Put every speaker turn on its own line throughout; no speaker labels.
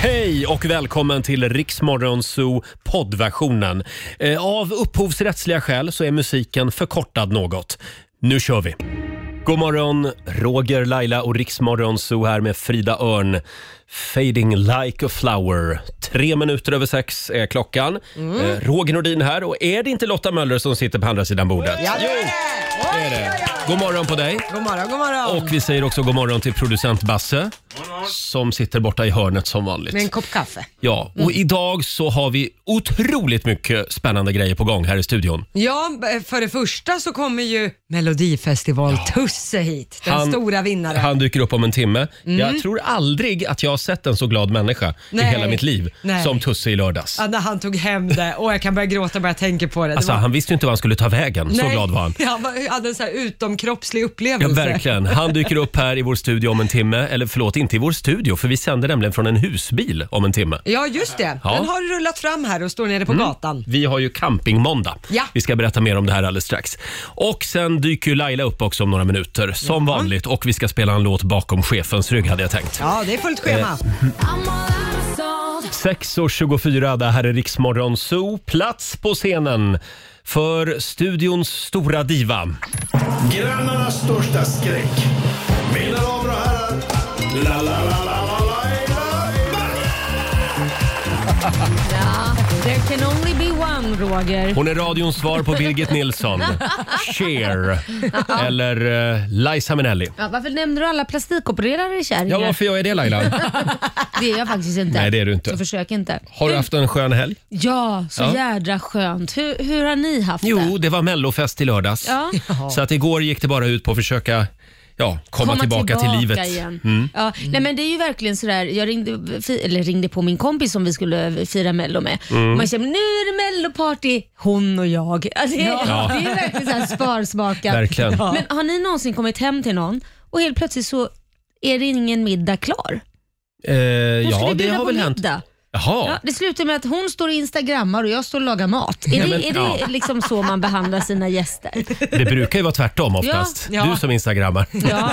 Hej och välkommen till Riksmorgon Zoo poddversionen. Av upphovsrättsliga skäl så är musiken förkortad något. Nu kör vi! God morgon, Roger, Laila och Riksmorgon Zoo här med Frida Örn. Fading like a flower. 6:03 är klockan. Roger Nordin här. Och är det inte Lotta Möller som sitter på andra sidan bordet?
Ja,
jo, det är det. God morgon på dig.
God morgon, god morgon.
Och vi säger också god morgon till producent Basse. Som sitter borta i hörnet som vanligt.
Med en kopp kaffe.
Ja, och idag så har vi otroligt mycket spännande grejer på gång här i studion.
Ja, för det första så kommer ju Melodifestival Tusse hit. Den stora vinnaren.
Han dyker upp om en timme. Jag tror aldrig att jag har sett en så glad människa i hela mitt liv som Tusse i lördags.
Ja, när han tog hem det och jag kan börja gråta bara jag tänker på det.
Alltså, han visste ju inte vad han skulle ta vägen. Så glad var han.
Han hade en så här utomkroppslig upplevelse.
Ja, verkligen. Han dyker upp här i vår studio om en timme. Eller förlåt, inte i vår studio, för vi sänder nämligen från en husbil om en timme.
Ja, just det.
Ja.
Den har rullat fram här och står nere på gatan.
Vi har ju campingmåndag.
Ja.
Vi ska berätta mer om det här alldeles strax. Och sen dyker ju Laila upp också om några minuter, som vanligt. Och vi ska spela en låt bakom chefens rygg, hade jag tänkt.
Ja, det är fullt schema.
6:24, det här är Riksmorgon Zoo. Plats på scenen för studions stora diva.
Grannarnas största skräck. Mina damer och herrar. La la la la la la.
Ja, there can only be one, Roger.
Hon är radions svar på Birgit Nilsson, Cher eller Liza Minnelli.
Ja, varför nämner du alla plastikopererade kärringar?
Ja, varför gör jag det, Laila?
Det är jag faktiskt inte.
Nej, det är du inte.
Så försök inte.
Har du haft en skön helg?
Ja, så jädra skönt. Hur har ni haft det?
Jo, det var mellofest i lördags.
Ja.
Så att igår gick det bara ut på att försöka komma tillbaka till livet.
Igen. Ja. Nej, men det är ju verkligen sådär. Jag ringde på min kompis som vi skulle fira mello med. Man känner, nu är det melloparty, hon och jag. Alltså, det är verkligen så här sparsmakat.
Verkligen.
Men har ni någonsin kommit hem till någon och helt plötsligt så är det ingen middag klar?
Ja, det har väl hänt.
Middag.
Jaha.
Ja, det slutar med att hon står och instagrammar och jag står och lagar mat. Är det liksom så man behandlar sina gäster?
Det brukar ju vara tvärtom oftast.
Ja.
Du som instagrammar.
Ja.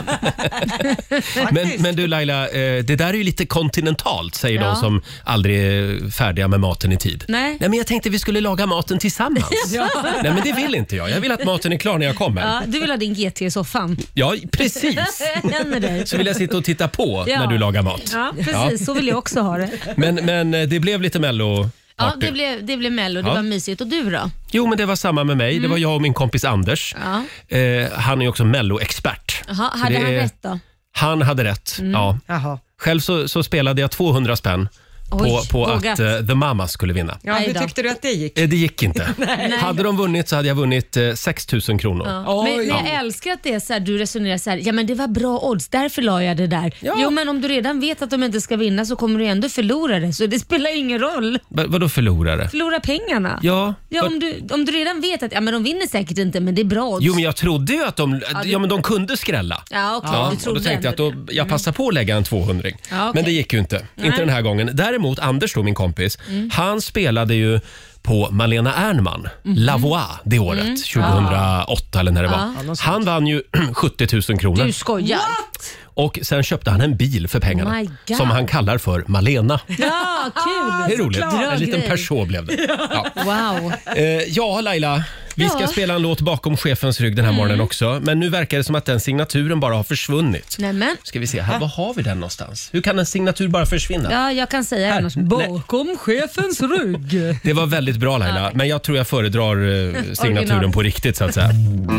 men du Laila, det där är ju lite kontinentalt, säger de som aldrig är färdiga med maten i tid.
Nej.
Men jag tänkte vi skulle laga maten tillsammans. Nej, men det vill inte jag. Jag vill att maten är klar när jag kommer.
Ja, du vill ha din GT i soffan.
Ja, precis. Så vill jag sitta och titta på när du lagar mat.
Ja, precis. Så vill jag också ha det.
Men det blev lite mello.
Ja, det blev mello. Det var mysigt. Och du då?
Jo, men det var samma med mig. Det var jag och min kompis Anders. Han är också mello-expert.
Jaha, hade han rätt då?
Han hade rätt, ja.
Jaha.
Själv så spelade jag 200 spänn på att The Mama skulle vinna.
Ja, hur tyckte du att det gick?
Det gick inte. Hade de vunnit så hade jag vunnit 6 000 kronor.
Ja. Men jag älskar att det är så här, du resonerar så här, ja men det var bra odds, därför la jag det där.
Ja.
Jo, men om du redan vet att de inte ska vinna så kommer du ändå förlora det, så det spelar ingen roll.
Vadå förlorare?
Förlora pengarna.
Ja.
Om du redan vet att men de vinner säkert inte, men det är bra odds.
Jo, men jag trodde ju att de kunde skrälla.
Ja, okej.
Och då tänkte jag att jag passar på att lägga en 200.
Ja, okay.
Men det gick ju inte. Inte den här gången. Däremot Anders då, min kompis, han spelade ju på Malena Ernman, La Voix, det året, 2008 eller när det var. Han vann ju 70 000 kronor.
Du skojar.
Och sen köpte han en bil för pengarna som han kallar för Malena.
Ja, kul.
Det är roligt.
Bra
En liten
grej.
person blev det. Ja.
Wow.
Ja, Laila, vi ska spela en låt bakom chefens rygg den här morgonen också. Men nu verkar det som att den signaturen bara har försvunnit.
Nämen.
Ska vi se här, var har vi den någonstans? Hur kan en signatur bara försvinna?
Ja, jag kan säga
Här.
annars.
Nej.
Bakom chefens rygg.
Det var väldigt bra, Laila, men jag tror jag föredrar signaturen på riktigt, så att säga.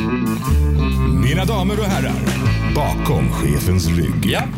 Mina damer och herrar, bakom chefens rygg.
Ja.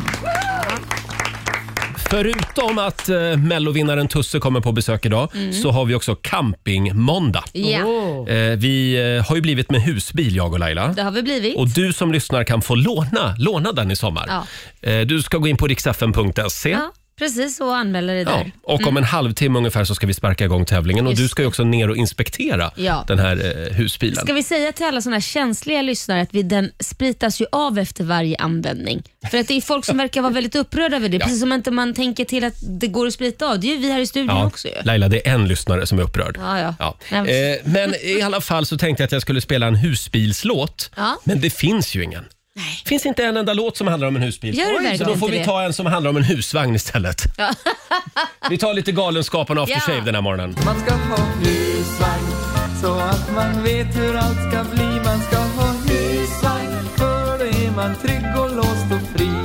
Förutom att mellovinnaren Tusse kommer på besök idag så har vi också campingmåndag.
Ja,
Vi har ju blivit med husbil, jag och Laila.
det har vi blivit.
Och du som lyssnar kan få låna den i sommar. Du ska gå in på riksfn.se.
Ja, precis, och anmäla dig där.
Och om en halvtimme ungefär så ska vi sparka igång tävlingen. Och du ska ju också ner och inspektera den här husbilen.
Ska vi säga till alla såna här känsliga lyssnare att den spritas ju av efter varje användning. För att det är folk som verkar vara väldigt upprörda över det. Precis som inte man tänker till att det går att sprita av. Det är ju vi här i studion också ju.
Laila, det är en lyssnare som är upprörd.
Ja.
Men i alla fall så tänkte jag att jag skulle spela en husbilslåt. Men det finns ju ingen. Finns inte en enda låt som handlar om en husbil.
Gör det verkligen
så då får
inte
vi
det?
ta en som handlar om en husvagn istället. Vi tar lite Galenskaparna After Shave den här morgonen.
Man ska ha husvagn så att man vet hur allt ska bli. Man ska ha husvagn för då är man trygg och låst och fri.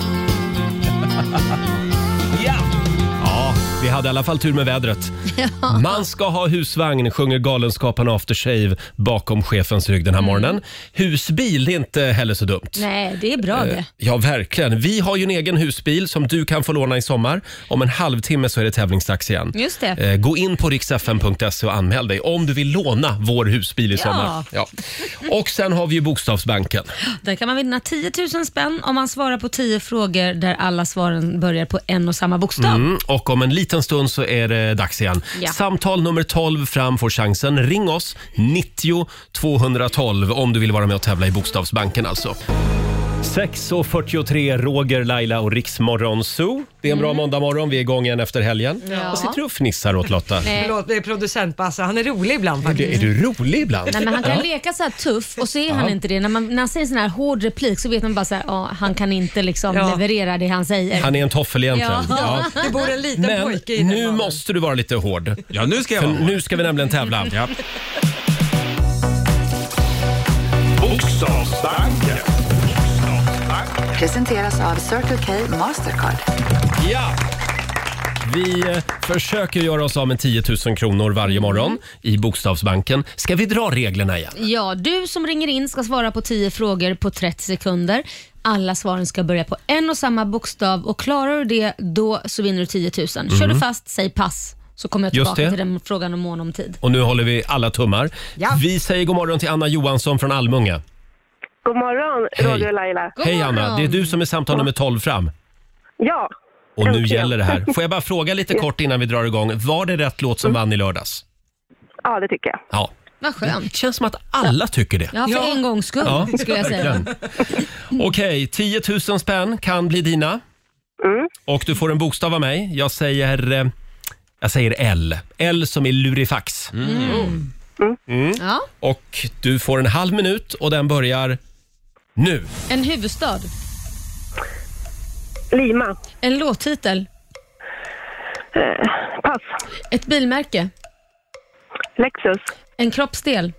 Ja! Ja, vi hade i alla fall tur med vädret. Man ska ha husvagn, sjunger Galenskaparna After Shave bakom chefens rygg den här morgonen. Husbil, det är inte heller så dumt.
Nej, det är bra det.
Ja, verkligen. Vi har ju en egen husbil som du kan få låna i sommar. Om en halvtimme så är det tävlingsdags igen.
Just det.
Gå in på riksfm.se och anmäl dig om du vill låna vår husbil i sommar. Ja. Och sen har vi ju Bokstavsbanken.
Där kan man vinna 10 000 spänn om man svarar på 10 frågor där alla svaren börjar på en och samma bokstav.
Och om en liten stund så är det dags igen.
Ja.
Samtal nummer 12 fram får chansen. Ring oss 90 212 om du vill vara med och tävla i Bokstavsbanken alltså. 6:43, Roger, Laila och Riksmorgon Zoo. Det är en bra måndagmorgon, vi är igång igen efter helgen. Vad sitter du och fnissar åt, Lotta?
Förlåt, det är producent Basse. Han är rolig ibland faktiskt.
Är du rolig ibland?
Nej, men han kan leka så här tuff och så är han inte det. När han säger en sån här hård replik så vet man bara så här, han kan inte liksom leverera det han säger.
Han är en toffel egentligen.
Ja.
Det bor en liten
Men
pojke i den
nu
mannen.
måste du vara lite hård.
Ja, nu ska jag
För
vara.
nu ska vi nämligen tävla. Ja.
Bokstavsbanken.
Presenteras av Circle K Mastercard.
Ja! Vi försöker göra oss av med 10 000 kronor varje morgon i Bokstavsbanken. Ska vi dra reglerna igen?
Ja, du som ringer in ska svara på 10 frågor på 30 sekunder. Alla svaren ska börja på en och samma bokstav och klarar du det, då så vinner du 10 000. Kör du fast, säg pass. Så kommer jag tillbaka till den frågan om mån om tid.
Och nu håller vi alla tummar.
Ja.
Vi säger god morgon till Anna Johansson från Almunge.
God morgon, Roger och Laila.
God
Hej
morgon.
Anna, det är du som är samtal nummer 12 fram.
Ja.
Och nu
äntligen.
gäller det här. Får jag bara fråga lite kort innan vi drar igång. Var det rätt låt som vann i lördags?
Ja, det tycker jag.
Ja.
Vad skönt.
Det känns som att alla tycker det.
Ja, för en gångs skull skulle jag säga.
Okej, 10 000 spänn kan bli dina. Och du får en bokstav av mig. Jag säger L. L som är lurifax.
Ja.
Och du får en halv minut och den börjar nu.
En huvudstad.
Lima.
En låttitel.
Pass.
Ett bilmärke.
Lexus.
En kroppsdel.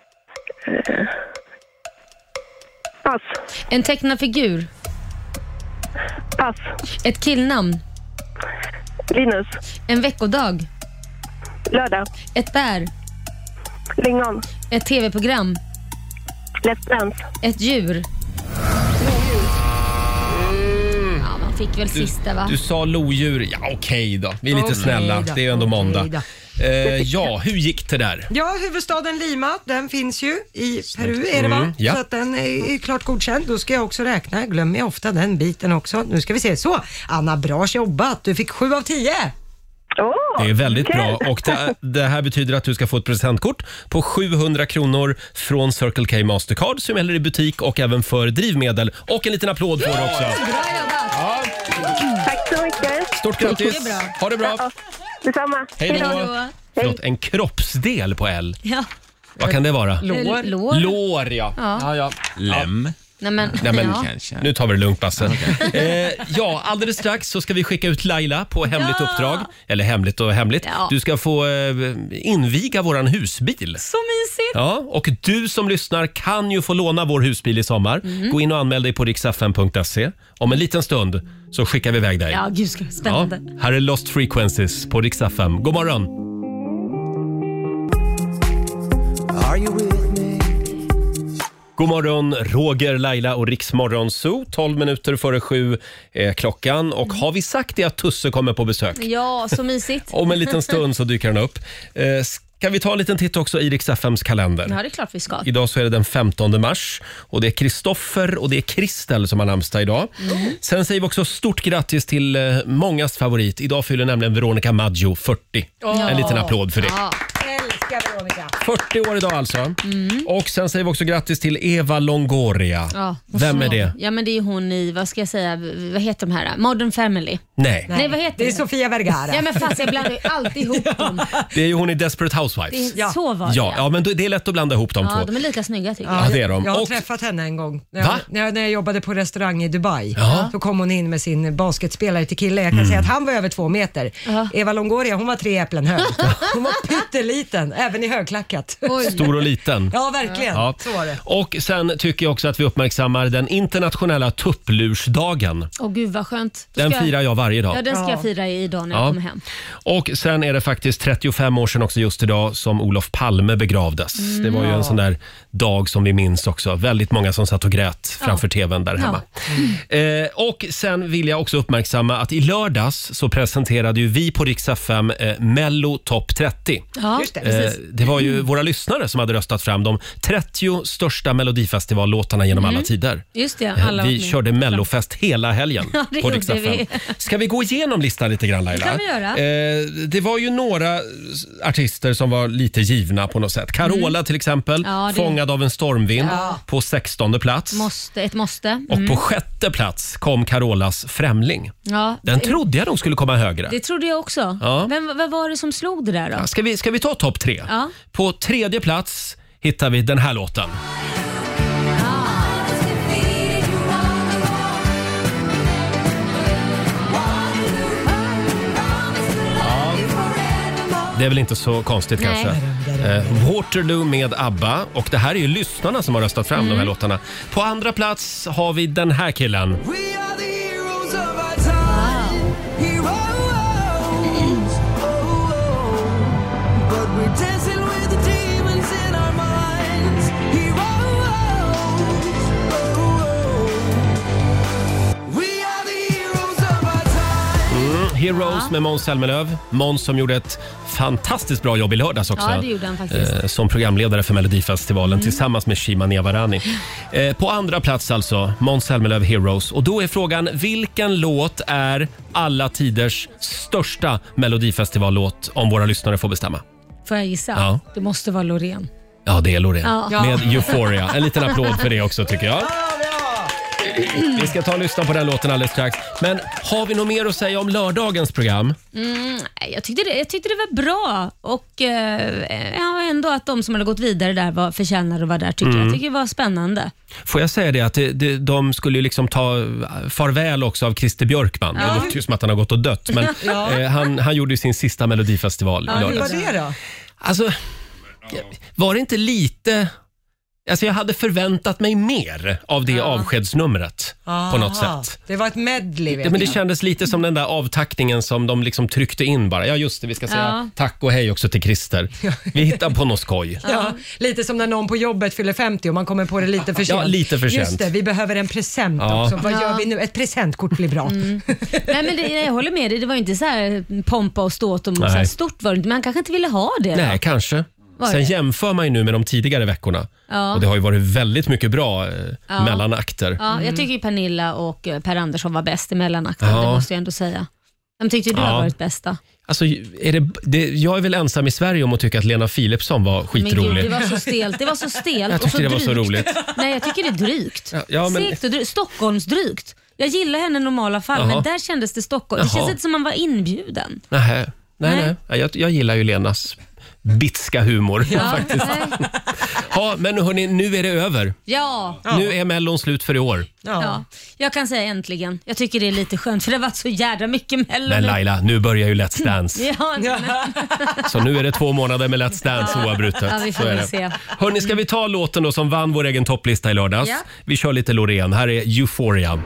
Pass.
En tecknad figur.
Pass.
Ett killnamn.
Linus.
En veckodag.
Lördag.
Ett bär.
Lingon.
Ett tv-program.
Let's Dance.
Ett djur. Ja, man fick väl sista va?
Du sa lodjur. Ja, okej då. Vi är lite
Okej
snälla.
då,
Det är ju ändå
okej
måndag.
då.
Ja, hur gick det där?
Ja, huvudstaden Lima, den finns ju i Peru är det va?
ja.
Så att den är klart godkänd. Då ska jag också räkna, glömmer jag ofta den biten också. Nu ska vi se. Så, Anna, bra jobbat. Du fick 7 av 10.
Det är väldigt
kul.
bra och det här betyder att du ska få ett presentkort på 700 kronor från Circle K Mastercard som gäller i butik och även för drivmedel. Och en liten applåd får du också.
Bra jobbat!
Tack så mycket.
Stort grattis!
Det är bra.
Ha det bra!
Ja, detsamma.
Hej då!
Hej
Förlåt, en kroppsdel på L.
Ja.
Vad kan det vara?
Lår.
Lår.
Lår, ja. Ja.
Lem.
Nej men,
Nej, men
ja.
Kanske.
nu tar vi det lugnt, Basse. Ja, alldeles strax så ska vi skicka ut Laila på hemligt uppdrag. Eller hemligt och hemligt.
Ja.
Du ska få inviga våran husbil.
Så mysigt!
Ja, och du som lyssnar kan ju få låna vår husbil i sommar. Gå in och anmäl dig på riksfm.se. Om en liten stund så skickar vi iväg dig.
Ja, gud ska spännande.
Här är Lost Frequencies på Rix FM. God morgon!
Are you with me?
God morgon, Roger, Laila och Riksmorgon Zoo. 12 minuter före 7 är klockan. Och har vi sagt det att Tusse kommer på besök?
Ja, så mysigt.
Om en liten stund så dyker han upp. Ska vi ta en liten titt också i Rix FMs kalender?
Ja, det är klart vi ska.
Idag så är det den 15 mars och det är Kristoffer och det är Kristel som har namnsdag idag. Sen säger vi också stort grattis till mångas favorit. Idag fyller nämligen Veronica Maggio 40. En liten applåd för det.
Ja.
Älskar Grattis Veronica.
40 år idag alltså. Och sen säger vi också grattis till Eva Longoria.
Ja,
Vem är det?
Ja, men det är hon i, vad ska jag säga, vad heter de här? Modern Family.
Nej.
Nej, vad heter
det? Är Sofia Vergara.
Ja, men fast jag blandar ju alltid ihop dem.
Det är ju hon i Desperate Housewives.
Det är så var det.
Ja, men det är lätt att blanda ihop de två.
Ja, de är lika snygga tycker
Ja, det är de.
Jag har
Och-
träffat henne en gång.
Va?
När jag jobbade på restaurang i Dubai.
Ja.
Så kom hon in med sin basketspelare till kille. Jag kan säga att han var över 2 meter. Eva Longoria, hon var 3 äpplen hög. Hon var pytteliten, även i högklackat.
Stor och liten.
Ja, verkligen.
Ja.
Så var det.
Och sen tycker jag också att vi uppmärksammar den internationella tupplursdagen.
Åh gud vad skönt. Då
Den
ska-
firar jag varje dag.
Ja, den ska jag fira idag när jag kommer hem.
Och sen är det faktiskt 35 år sedan också just idag som Olof Palme begravdes. Det var ju en sån där dag som vi minns också. Väldigt många som satt och grät framför tvn där hemma. Och sen vill jag också uppmärksamma att i lördags så presenterade ju vi på Rix FM Mello Top 30.
Ja,
Just det.
Det var ju våra lyssnare som hade röstat fram de 30 största Melodifestivallåtarna genom alla tider.
just det. Alla var
Vi
med.
körde Mellofest hela helgen
Ja, det
på Rix
gjorde
FM.
vi.
Ska vi gå igenom listan lite grann, Laila?
Det kan vi göra.
Det var ju några artister som var lite givna på något sätt. Carola till exempel,
Ja, det-
Fångad av en stormvind på 16:e plats.
Ett måste.
Och på 6:e plats kom Carolas Främling.
Ja,
Den trodde jag nog skulle komma högre.
det trodde jag också.
Ja.
Vem var det som slog det där då?
Ska vi ta topp 3?
Ja.
På 3:e plats hittar vi den här låten. Det är väl inte så konstigt
Nej.
kanske. Waterloo med ABBA. Och det här är ju lyssnarna som har röstat fram de här låtarna. På andra plats har vi den här killen. Heroes med Måns Zelmerlöw. Måns som gjorde ett fantastiskt bra jobb i lördags också.
Ja, det gjorde han faktiskt.
Som programledare för Melodifestivalen tillsammans med Shima Niavarani. På andra plats alltså, Måns Zelmerlöw, Heroes. Och då är frågan, vilken låt är alla tiders största Melodifestivallåt om våra lyssnare får bestämma?
Får jag gissa?
Ja.
Det måste vara Loreen.
Ja, det är Loreen.
Ja.
Med Euphoria. En liten applåd för det också tycker jag. Vi ska ta och lyssna på den låten alldeles strax. Men har vi något mer att säga om lördagens program?
Jag tyckte det var bra och ändå att de som hade gått vidare där förtjänade att vara där tycker jag. Jag tycker det var spännande.
Får jag säga det att de skulle ju liksom ta farväl också av Christer Björkman. Det låter ju som att han har gått och dött. Men han gjorde ju sin sista Melodifestival i
Vad
lördags.
var det då?
Alltså, var det inte lite... Alltså jag hade förväntat mig mer av det avskedsnumret på något sätt.
Det var ett medley.
Ja, men det kändes lite som den där avtackningen som de liksom tryckte in bara. Ja just det, vi ska säga tack och hej också till Christer. Vi hittar på något skoj.
Ja, lite som när någon på jobbet fyller 50 och man kommer på det lite för sent.
Ja, lite för sent.
Just det, vi behöver en present också. Vad gör vi nu? Ett presentkort blir bra.
Nej, men jag håller med dig. Det var inte så här pompa och ståt och så här stort var det inte. Man kanske inte ville ha det.
Nej, kanske. Sen jämför man ju nu med de tidigare veckorna. Och det har ju varit väldigt mycket bra mellanakter.
Ja, jag tycker ju Pernilla och Per Andersson var bäst i mellanakten. Det måste jag ändå säga. De tyckte du har varit bästa.
Alltså, jag är väl ensam i Sverige om att tycka att Lena Philipsson var skitrolig.
Men gud, det var så stelt. Det var så stelt.
Jag tyckte det var så roligt.
Nej, jag tycker det är drygt.
Ja, men...
Segt och drygt. Stockholmsdrygt. Jag gillar henne i normala fall, men där kändes det Stockholm. Det känns inte som man var inbjuden.
Nej. Jag gillar ju Lenas bitska humor faktiskt. Ja, men hörni, nu är det över.
Ja.
Nu är Mellon slut för i år.
Ja. Jag kan säga äntligen. Jag tycker det är lite skönt för det har varit så jävla mycket Mellon.
Men Laila, nu börjar ju Let's Dance.
Ja.
Så nu är det 2 månader med Let's Dance oavbrutet.
Ja, vi får
Så är
väl
det.
se.
Hörni, ska vi ta låten då som vann vår egen topplista i lördags?
Ja.
Vi kör lite Loreen. Här är Euphoria.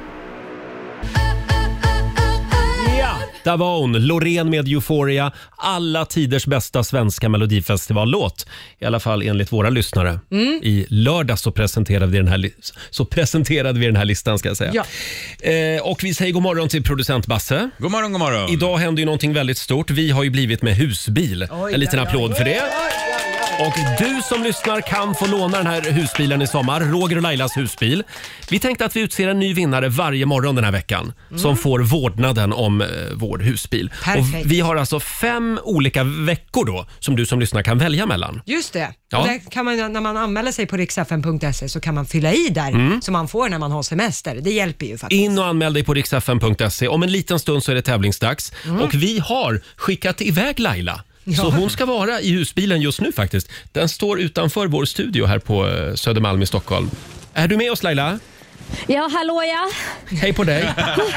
Där var hon, Loreen med Euphoria. Alla tiders bästa svenska melodifestivallåt. I alla fall enligt våra lyssnare. I lördag så presenterade vi den här listan ska jag säga.
Ja.
Och vi säger god morgon till producent Basse.
God morgon, god morgon.
Idag händer ju någonting väldigt stort. Vi har ju blivit med husbil. En liten applåd för det. Och du som lyssnar kan få låna den här husbilen i sommar. Roger och Lailas husbil. Vi tänkte att vi utser en ny vinnare varje morgon den här veckan. Som får vårdnaden om vår husbil.
Perfekt.
Och vi har alltså 5 olika veckor då som du som lyssnar kan välja mellan.
Just det.
Ja.
Och där kan man, när man anmäler sig på riksfn.se så kan man fylla i där som man får när man har semester. Det hjälper ju faktiskt.
In och anmäl dig på riksfn.se. Om en liten stund så är det tävlingsdags. Och vi har skickat iväg Laila. Så hon ska vara i husbilen just nu faktiskt. Den står utanför vår studio här på Södermalm i Stockholm. Är du med oss Laila?
Ja, hallå ja.
Hej på dig.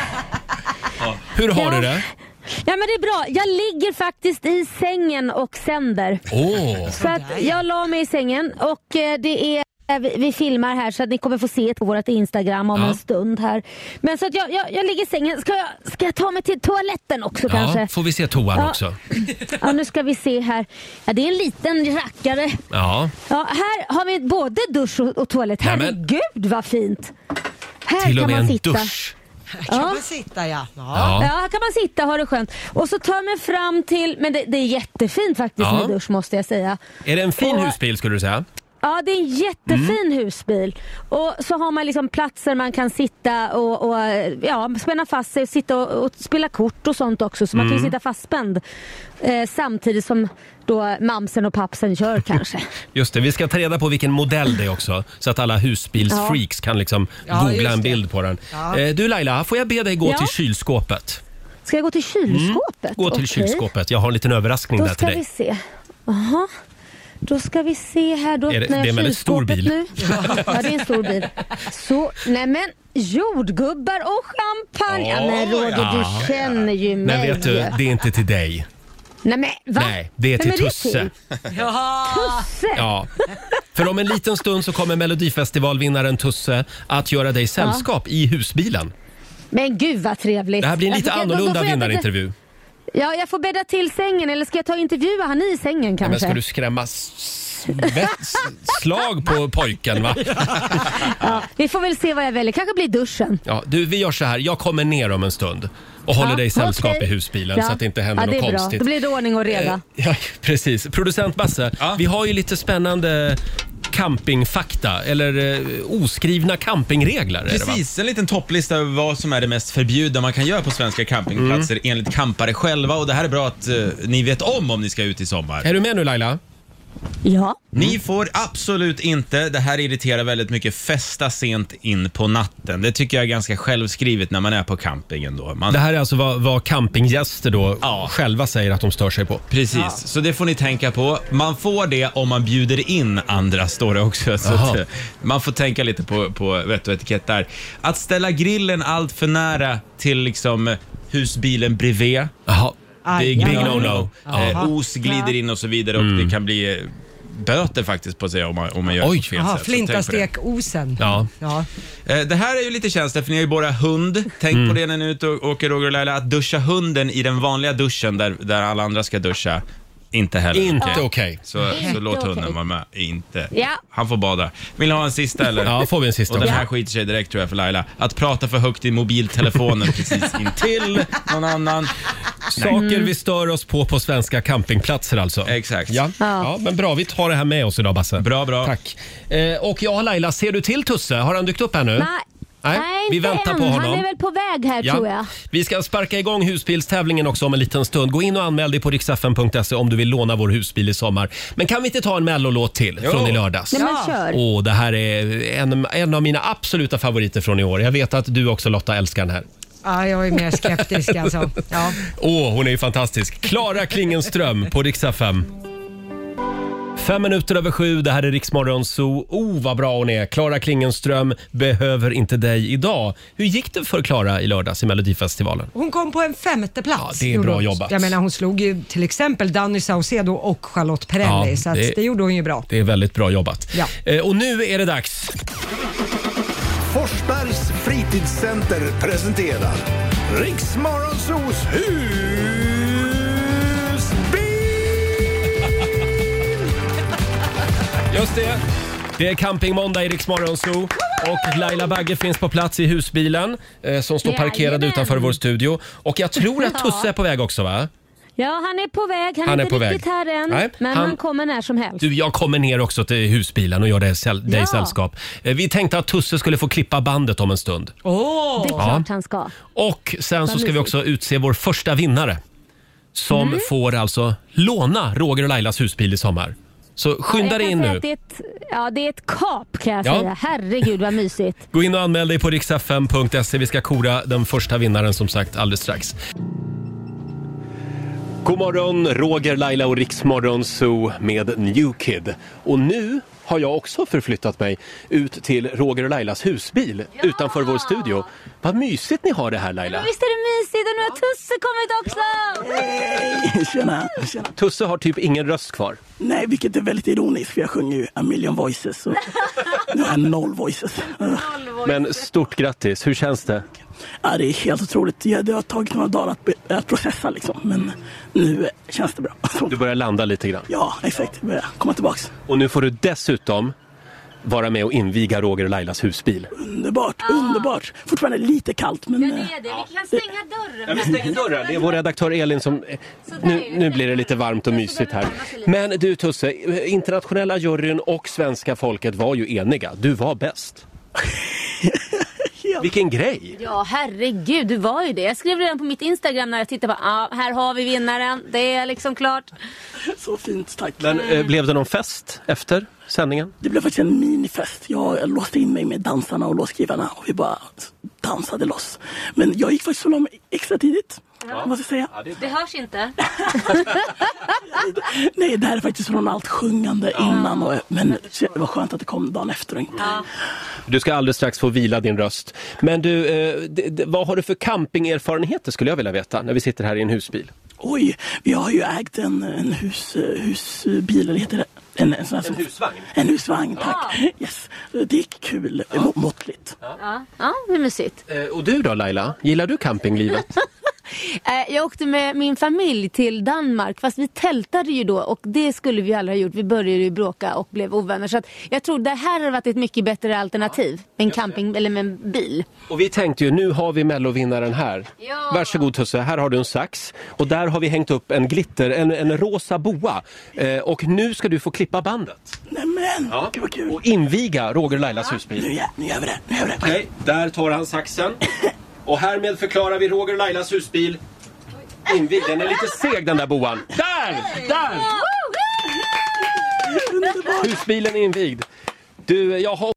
Hur har du det?
Ja, men det är bra. Jag ligger faktiskt i sängen och sänder. Så att jag la mig i sängen och det är vi filmar här så att ni kommer få se på vårt Instagram om en stund här. Men så att jag ligger i sängen. Ska jag ta mig till toaletten också kanske?
Ja, får vi se toan också.
Ja, nu ska vi se här. Ja, det är en liten rackare.
Ja.
Ja, här har vi både dusch och toalett. Herregud vad fint. Här
Till och
kan
med
man
en
sitta.
dusch.
Här kan man sitta, ja.
Ja, här kan man sitta, ha det skönt. Och så tar man fram till, men det är jättefint faktiskt med dusch måste jag säga.
Är det en fin husbil skulle du säga?
Ja, det är en jättefin husbil. Och så har man liksom platser man kan sitta och spänna fast sig och sitta och spela kort och sånt också. Så man kan ju sitta fastspänd samtidigt som då mamsen och pappsen kör kanske.
Just det, vi ska ta reda på vilken modell det är också. Så att alla husbilsfreaks kan liksom googla en bild på den. Du Laila, får jag be dig gå till kylskåpet?
Ska jag gå till kylskåpet?
Gå till kylskåpet, jag har en liten överraskning där till dig.
Då ska vi se. Aha. Då ska vi se här. Då
det är en väldigt stor bil.
Nu. Ja, det är en stor bil. Så, nej men jordgubbar och champagne. Ja, men Roger, du känner ju mig.
Men vet du, det är inte till dig.
Nej men va?
Nej, det är till Tusse.
Tusse?
Ja. För om en liten stund så kommer Melodifestivalvinnaren Tusse att göra dig sällskap i husbilen.
Men gud vad trevligt.
Det här blir en lite annorlunda vinnarintervju.
Ja, jag får bädda till sängen eller ska jag ta intervjua han i sängen kanske?
Men ska du skrämma slag på pojken va?
Ja, vi får väl se vad jag väljer. Kanske blir duschen.
Ja, du, vi gör så här. Jag kommer ner om en stund och håller dig sällskap i husbilen så att det inte händer något konstigt.
Bra. Då blir det ordning och reda.
Ja, precis. Producent Basse, vi har ju lite spännande campingfakta eller oskrivna campingregler.
Precis, en liten topplista över vad som är det mest förbjudna man kan göra på svenska campingplatser enligt campare själva. Och det här är bra att ni vet om ni ska ut i sommar.
Är du med nu Laila?
Ja.
Ni får absolut inte, det här irriterar väldigt mycket, festa sent in på natten. Det tycker jag är ganska självskrivet när man är på campingen då.
Det här är alltså vad campinggäster då själva säger att de stör sig på.
Precis, så det får ni tänka på. Man får det om man bjuder in andra, står det också. Så att, man får tänka lite på vett och etikett där. Att ställa grillen allt för nära till liksom husbilen bredvid. Big no-no. Os glider in och så vidare och det kan bli böter faktiskt på sig om man gör det fel sätt.
Flintastek-osen.
Ja.
Det här är ju lite känsligt för ni har ju båda hund. Tänk på det när ni är ute och åker Roger och Laila. Att duscha hunden i den vanliga duschen där alla andra ska duscha. Inte heller.
Inte okej.
Så låt hunden vara med. Inte.
Ja.
Han får bada. Vill ni ha en sista eller?
Ja, får vi en sista.
Och den här skiter sig direkt tror jag för Laila. Att prata för högt i mobiltelefonen precis intill någon annan.
Saker vi stör oss på svenska campingplatser alltså.
Exakt.
Ja, men bra. Vi tar det här med oss idag, Basse.
Bra.
Tack. Och Laila, ser du till Tusse? Har han dykt upp här nu?
Nej,
vi
inte
väntar
än.
på honom.
Han är väl på väg här tror jag.
Vi ska sparka igång husbilstävlingen också om en liten stund. Gå in och anmäl dig på riksfn.se om du vill låna vår husbil i sommar. Men kan vi inte ta en mellolåt till från i lördags?
Nej, men kör.
Det här är en av mina absoluta favoriter från i år. Jag vet att du också, Lotta, älskar den här.
Ja, jag är mer skeptisk alltså. Ja.
Hon är ju fantastisk. Klara Klingenström på Rix FM. 7:05, det här är Rix Morgon Zoo. Vad bra hon är. Klara Klingenström, behöver inte dig idag. Hur gick det för Klara i lördags i Melodifestivalen?
Hon kom på en 5:e plats.
Ja, det är bra jobbat.
Jag menar, hon slog ju till exempel Danny Saucedo och Charlotte Perrelli, så att det gjorde hon ju bra.
Det är väldigt bra jobbat.
Ja.
Och nu är det dags.
Forsbergs fritidscenter presenterar Rix Morgon Zoos
Just det. Det är campingmåndag i Rix Morgon Zoo och Laila Bagge finns på plats i husbilen som står parkerad utanför vår studio. Och jag tror att Tusse är på väg också, va?
Ja, han är på väg. Han är inte riktigt här än.
Nej,
men han kommer när som helst.
Du, jag kommer ner också till husbilen och gör dig sällskap. Vi tänkte att Tusse skulle få klippa bandet om en stund.
Det är klart han ska.
Och sen så ska vi också utse vår första vinnare. Som får alltså låna Roger och Lailas husbil i sommar. Så skynda dig in nu.
Det är ett kap kan jag säga. Herregud vad mysigt.
Gå in och anmäl dig på riksfm.se. Vi ska kora den första vinnaren som sagt alldeles strax. God morgon, Roger, Laila och Riksmorgon Zoo med New Kid. Och nu har jag också förflyttat mig ut till Roger och Lailas husbil utanför vår studio. Vad mysigt ni har det här, Laila.
Men visst är det mysigt och nu har Tusse kommit också.
Tjena.
Tusse har typ ingen röst kvar.
Nej, vilket är väldigt ironiskt för jag sjunger ju A Million Voices. Så nu har jag 0 voices.
Men stort grattis, hur känns det?
Ja, det är helt otroligt. Det har tagit några dagar att processa liksom. Men nu känns det bra.
Du börjar landa lite grann.
Ja, exakt. Jag börjar komma tillbaks.
Och nu får du dessutom vara med och inviga Roger och Lailas husbil.
Underbart. Fortfarande lite kallt, men...
Ja, det är det. Vi kan stänga dörren.
Ja, vi stänger dörren. Det är vår redaktör Elin som... Nu blir det lite varmt och mysigt här. Men du Tusse, internationella juryn och svenska folket var ju eniga. Du var bäst. Vilken grej!
Ja, herregud, du var ju det. Jag skrev redan på mitt Instagram när jag tittade på, här har vi vinnaren. Det är liksom klart.
Så fint, tack.
Men blev det någon fest efter sändningen?
Det blev faktiskt en minifest. Jag låste in mig med dansarna och låtskrivarna och vi bara dansade loss. Men jag gick faktiskt så långt extra tidigt. Måste jag säga.
Det hörs inte.
Nej, det här är faktiskt från allt sjungande innan. Men det var skönt att det kom dagen efter.
Du ska alldeles strax få vila din röst. Men du, vad har du för campingerfarenheter skulle jag vilja veta när vi sitter här i en husbil?
Oj, vi har ju ägt en husbil, eller heter det? En husvagn? En husvagn, tack. Yes. Det gick kul, måttligt.
Ja, det är mysigt.
Och du då Laila, gillar du campinglivet?
Jag åkte med min familj till Danmark, fast vi tältade ju då och det skulle vi aldrig ha gjort. Vi började ju bråka och blev ovänner. Så att jag tror det här har varit ett mycket bättre alternativ med en camping eller med en bil.
Och vi tänkte ju, nu har vi Mellovinnaren här.
Ja.
Varsågod Tusse, här har du en sax. Och där har vi hängt upp en glitter, en rosa boa. Och nu ska du få klippa bandet.
Nämen, gud vad kul.
Och inviga Roger Lailas husbil.
Nu gör vi det.
Okej, där tar han saxen. Och härmed förklarar vi Roger Lailas husbil invigd. Den är lite seg den där boan. Där! Husbilen är invigd. Du, jag har...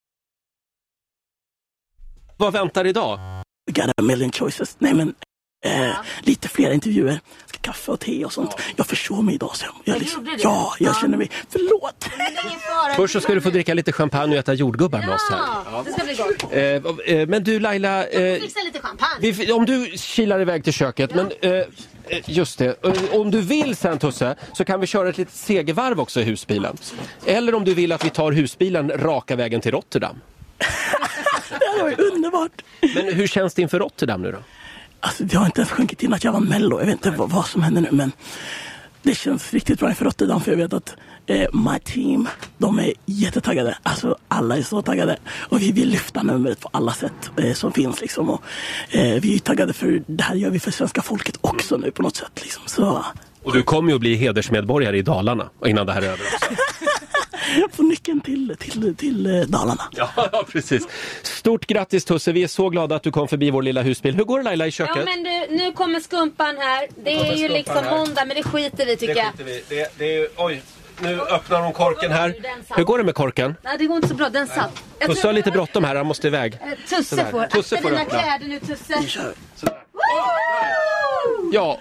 Vad väntar idag?
We got a million choices. Nej men, lite fler intervjuer. Kaffe och te och sånt. Jag försov mig idag. Så jag känner mig... Förlåt.
Först så ska du få dricka lite champagne och äta jordgubbar med oss här.
Ja, det ska bli gott.
Men du Laila...
fixa lite champagne.
Om du kilar iväg till köket, men... just det. Om du vill sen Tusse, så kan vi köra ett litet segervarv också i husbilen. Eller om du vill att vi tar husbilen raka vägen till Rotterdam.
Det var underbart.
Men hur känns det inför Rotterdam nu då?
Alltså det har inte ens sjunkit in att jag var Mello. Jag vet inte vad som händer nu, men det känns riktigt bra inför Rotterdam. För jag vet att my team, de är jättetaggade. Alltså alla är så taggade. Och vi vill lyfta numret på alla sätt som finns liksom. Och vi är taggade för det här gör vi för svenska folket också nu på något sätt liksom. Så...
Och du kommer ju att bli hedersmedborgare i Dalarna innan det här är över också.
Få nyckeln till Dalarna.
Ja, precis. Stort grattis Tusse, vi är så glada att du kom förbi vår lilla husbil. Hur går det Laila i köket?
Ja men du, nu kommer skumpan här. Det är ju liksom måndag, men det skiter vi tycker jag.
Det är, oj, nu öppnar hon korken här. Hur går det med korken?
Nej, det går inte så bra, den satt.
Tusse har lite bråttom här, han måste iväg.
Tusse får
dina
öppna. Kläder nu Tusse.
Ja,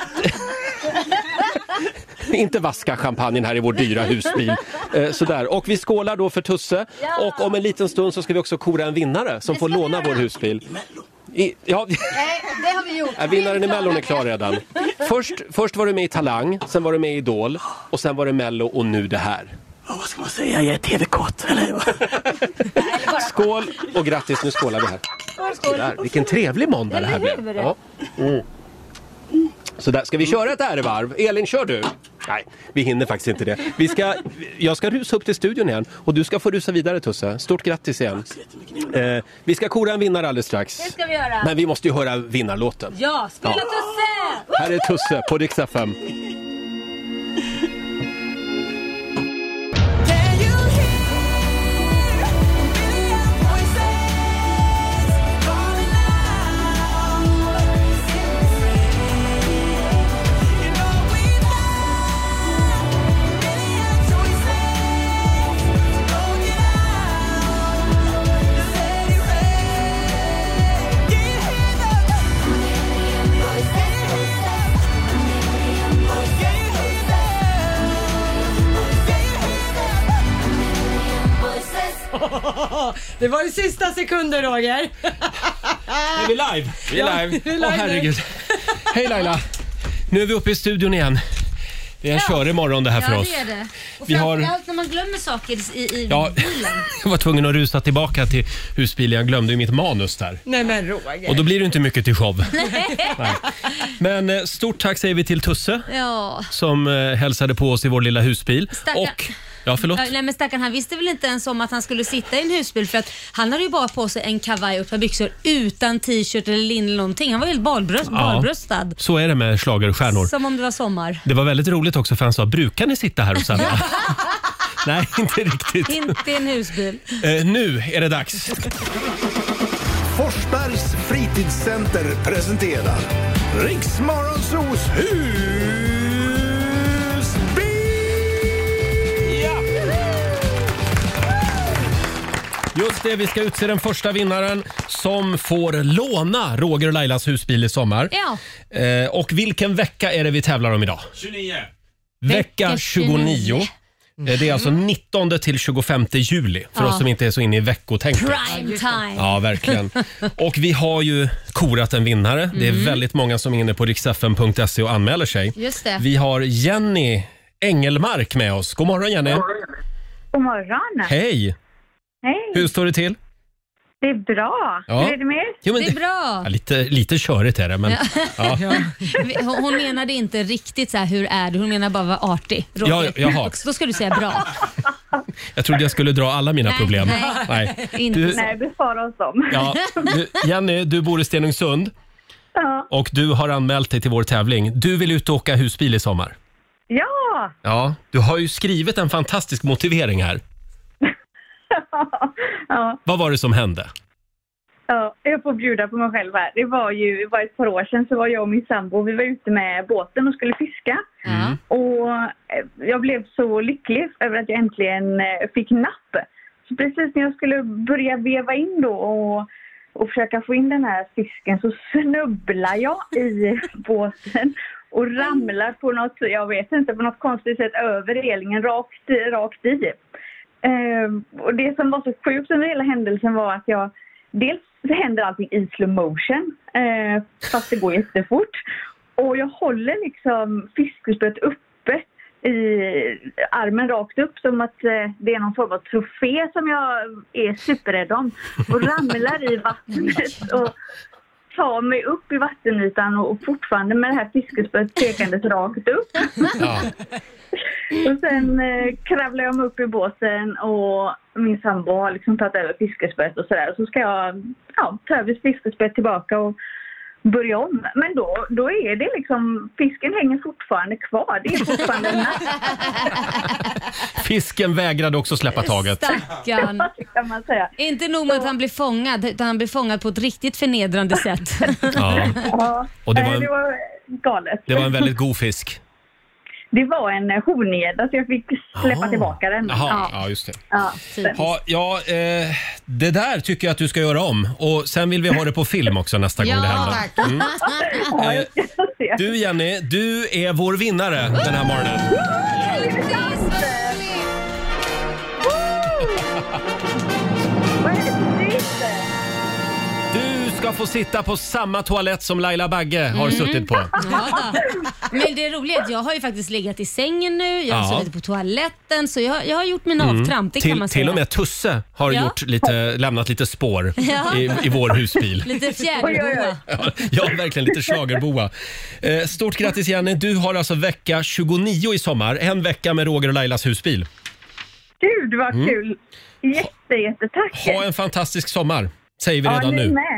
inte vaska champagnen här i vår dyra husbil. Sådär. Och vi skålar då för Tusse. Ja. Och om en liten stund så ska vi också kora en vinnare som får låna vår husbil.
Nej, det har vi gjort.
Vinnaren i Mellon är klar redan. Först var du med i Talang, sen var du med i Idol och sen var det Mello och nu det här.
Vad ska man säga? Jag är tv-kåt.
Skål och grattis, nu skålar vi här. Där, vilken trevlig måndag det här blev. Ja. Så där, ska vi köra ett ärevarv? Elin, kör du? Nej, vi hinner faktiskt inte det. Jag ska rusa upp till studion igen och du ska få rusa vidare Tusse. Stort grattis igen. Vi ska kora en vinnare alldeles strax.
Det ska vi göra.
Men vi måste ju höra vinnarlåten.
Ja, spela Tusse!
Här är Tusse på Rix FM.
Det var i sista sekunder, Roger.
Är vi live?
Vi är live.
Åh, herregud. Hej Laila. Nu är vi uppe i studion igen. Det är en körig morgon det här för oss.
Ja, det är det. Och
Vi har-
framförallt när man glömmer saker i
Ja,
bilen.
jag var tvungen att rusa tillbaka till husbilen. Jag glömde ju mitt manus där.
Nej men Roger.
Och då blir det inte mycket till show. Nej. Men stort tack säger vi till Tusse
Ja.
som hälsade på oss i vår lilla husbil.
Stackarn.
Och, ja förlåt.
Nej men stackarn, han visste väl inte ens om att han skulle sitta i en husbil för att han hade ju bara på sig en kavaj och ett par byxor utan t-shirt eller linne eller någonting. Han var helt balbröstad.
Så är det med schlagerstjärnor.
Som om det var sommar.
Det var väldigt roligt också för han sa, brukar ni sitta här och sända? Nej, inte riktigt.
Inte i en husbil.
Nu är det dags.
Forsbergs fritidscenter presenterar Riksmorgonsos husbil.
Just det, vi ska utse den första vinnaren som får låna Roger och Lailas husbil i sommar.
Ja.
Och vilken vecka är det vi tävlar om idag?
29.
Vecka 29. Det är alltså 19 till 25 juli för oss som inte är så inne i veckotänket.
Prime time.
Ja, verkligen. Och vi har ju korat en vinnare. Det är väldigt många som är inne på riksfm.se och anmäler sig.
Just det.
Vi har Jenny Engelmark med oss. God morgon Jenny.
God morgon.
Hej.
Hej.
Hur står det till?
Det är bra.
Ja.
Hur är det med er?
Jo, men
Det är bra.
Ja, lite körigt är det, men ja.
Hon menade inte riktigt så här, hur är det? Hon menar bara vara artig. Roger.
Ja, jaha.
Då ska du säga bra.
Jag trodde jag skulle dra alla mina problem. Nej.
Inte
Du,
så.
Nej, bespara oss dem.
ja, Jenny, du bor i Stenungsund
Ja.
och du har anmält dig till vår tävling. Du vill ut och åka husbil i sommar.
Ja.
Ja, du har ju skrivit en fantastisk motivering här.
Ja.
Vad var det som hände?
Ja, jag får bjuda på mig själv här. Det var ett par år sedan så var jag och min sambo, vi var ute med båten och skulle fiska. Och jag blev så lycklig över att jag äntligen fick napp. Så precis när jag skulle börja veva in då och försöka få in den här fisken så snubblar jag i båten och ramlar på något, jag vet inte, på något konstigt sätt över relingen rakt i. Och det som var så sjukt under hela händelsen var att jag dels händer allting i slow motion fast det går jättefort och jag håller liksom fiskespöet uppe i armen rakt upp som att det är någon form av trofé som jag är superrädd om och ramlar i vattnet och tar mig upp i vattenytan och fortfarande med det här fiskespöet tekandes rakt upp.
Ja.
Och sen kravlar jag mig upp i båten och min sambo har liksom tagit över fiskespöet och sådär. Och så ska jag ta över fiskespöet tillbaka och börja om. Men då är det liksom, fisken hänger fortfarande kvar. Det är fortfarande natt.
Fisken vägrade också släppa taget.
Stackarn.
Kan man säga.
Inte nog med att han blir fångad, utan han blir fångad på ett riktigt förnedrande sätt.
Ja.
Ja,
Och det
det var galet.
Det var en väldigt god fisk.
Det var en horngädda så jag fick släppa tillbaka den.
Jaha, ja just det.
Ja.
Det där tycker jag att du ska göra om. Och sen vill vi ha det på film också nästa gång det händer.
tack.
Ja, jag ska se.
Du Jenny, du är vår vinnare den här morgonen.
Vad häftigt!
Du ska få sitta på samma toalett som Laila Bagge har suttit på.
Ja, då. Men det är roligt, jag har ju faktiskt legat i sängen nu, jag har suttit på toaletten, så jag har gjort mina avtramp, det kan man säga.
Till och med Tusse har lämnat lite spår
Ja.
i vår husbil.
Lite fjäderboa.
Ja, verkligen lite schlagerboa. Stort grattis Jenny, du har alltså vecka 29 i sommar. En vecka med Roger och Lailas husbil.
Gud vad kul! Jättetack!
Ha en fantastisk sommar, säger vi redan
ni
nu.
med.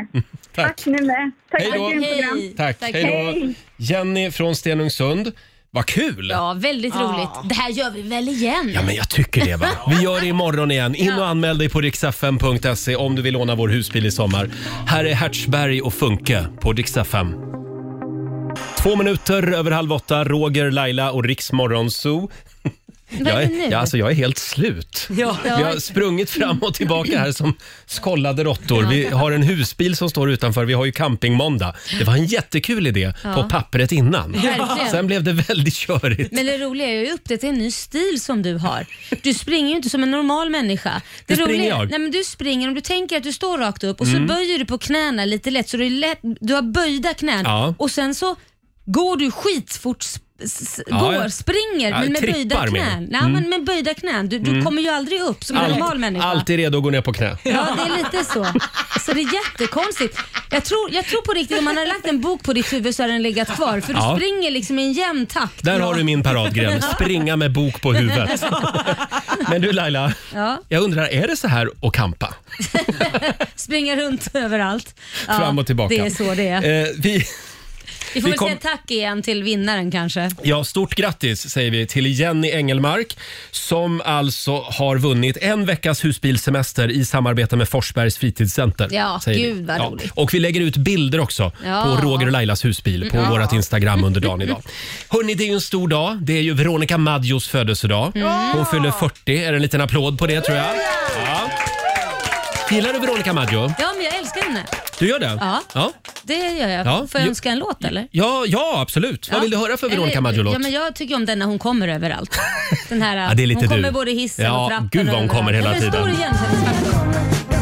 Tack ni med. Tack
Hej
för
då.
ett grymt program.
Tack. Hej då. Jenny från Stenungsund. Vad kul!
Ja, väldigt roligt. Det här gör vi väl igen?
Ja, men jag tycker det, va? Vi gör det imorgon igen. In och anmäl dig på riksfm.se om du vill låna vår husbil i sommar. Här är Hertzberg och Funke på Rix FM. 2 minuter över 7:30. Roger, Laila och Rix Morgon Zoo. Jag är helt slut.
Ja.
Vi har sprungit fram och tillbaka här som skållade råttor. Vi har en husbil som står utanför. Vi har ju campingmåndag. Det var en jättekul idé på pappret innan.
Verkligen.
Sen blev det väldigt körigt.
Men det roliga är ju upptäckt en ny stil som du har. Du springer ju inte som en normal människa.
Hur springer jag?
Nej, men du springer, om du tänker att du står rakt upp och så böjer du på knäna lite lätt så du har böjda knän.
Ja.
Och sen så går du skitfort springer men med böjda knän. Nej, men med böjda knän. Du kommer ju aldrig upp som en normal människa.
Alltid redo att gå ner på knä.
Ja, det är lite så. Så det är jättekonstigt. Jag tror på riktigt, om man har lagt en bok på ditt huvud så har den legat kvar. För du springer liksom i en jämn takt.
Där har du min paradgren. Springa med bok på huvudet. Men du Laila, jag undrar, är det så här att kampa?
Springa runt överallt.
Fram och tillbaka.
Det är så det är. Vi får väl säga tack igen till vinnaren kanske.
Ja, stort grattis säger vi till Jenny Engelmark som alltså har vunnit en veckas husbilsemester i samarbete med Forsbergs fritidscenter.
Ja, gud vad roligt.
Och vi lägger ut bilder också på Roger och Lailas husbil på vårt Instagram under dagen idag. Hörrni, det är ju en stor dag. Det är ju Veronica Maggios födelsedag. Hon fyller 40. Är det en liten applåd på det tror jag? Ja. Gillar du Veronica Maggio?
Ja, men jag älskar henne.
Du gör det?
Ja. Det gör jag.
Ja.
Får jag önska en låt eller?
Ja, absolut. Vad vill du höra för Veronica Maggio-låt?
Ja, men jag tycker om den när hon kommer överallt. Den här,
det är lite
hon kommer
du.
både hissen och trappen.
Gud vad hon kommer hela tiden.
Stor igenkänningsfaktor.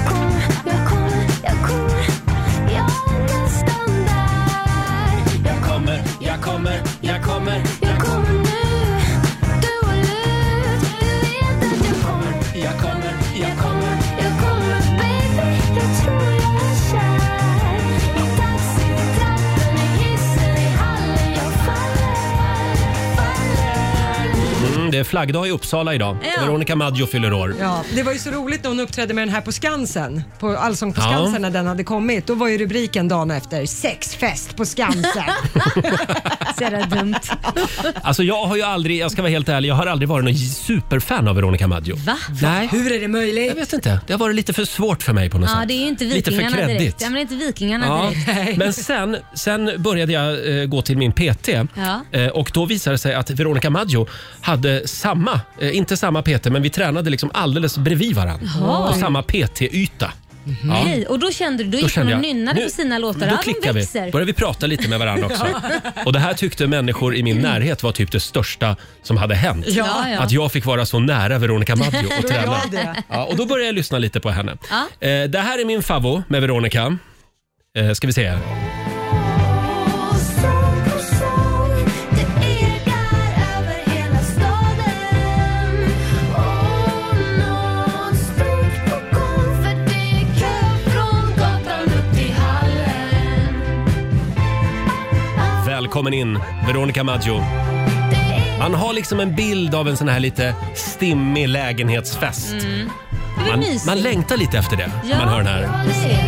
Jag kommer. Det är flaggdag i Uppsala idag.
Ja.
Veronica Maggio fyller år.
Ja, det var ju så roligt när hon uppträdde med den här på Skansen. På Allsång på Skansen när den hade kommit. Då var ju rubriken dagen efter sexfest på Skansen.
Så är det dumt.
Alltså jag ska vara helt ärlig, jag har aldrig varit någon superfan av Veronica Maggio.
Va?
Nej.
Hur är det möjligt?
Jag vet inte. Det har varit lite för svårt för mig på något sätt.
Ja, det är ju inte
lite för
vikingarna
kreddigt.
direkt. Ja, men det är inte vikingarna direkt.
Men sen började jag gå till min PT och då visade det sig att Veronica Maggio hade inte samma PT, men vi tränade liksom alldeles bredvid varandra på samma PT-yta.
Nej, och då kände du, då gick hon och nynnade på sina låtar.
Då klickade vi. Började vi prata lite med varandra också. Och det här tyckte människor i min närhet var typ det största som hade hänt.
Ja.
Att jag fick vara så nära Veronica Maggio och träna. Och då började jag lyssna lite på henne. Det här är min favvo med Veronica. Ska vi se. Välkommen in, Veronica Maggio. Man har liksom en bild av en sån här lite stimmig lägenhetsfest. Man längtar lite efter det när man hör den här.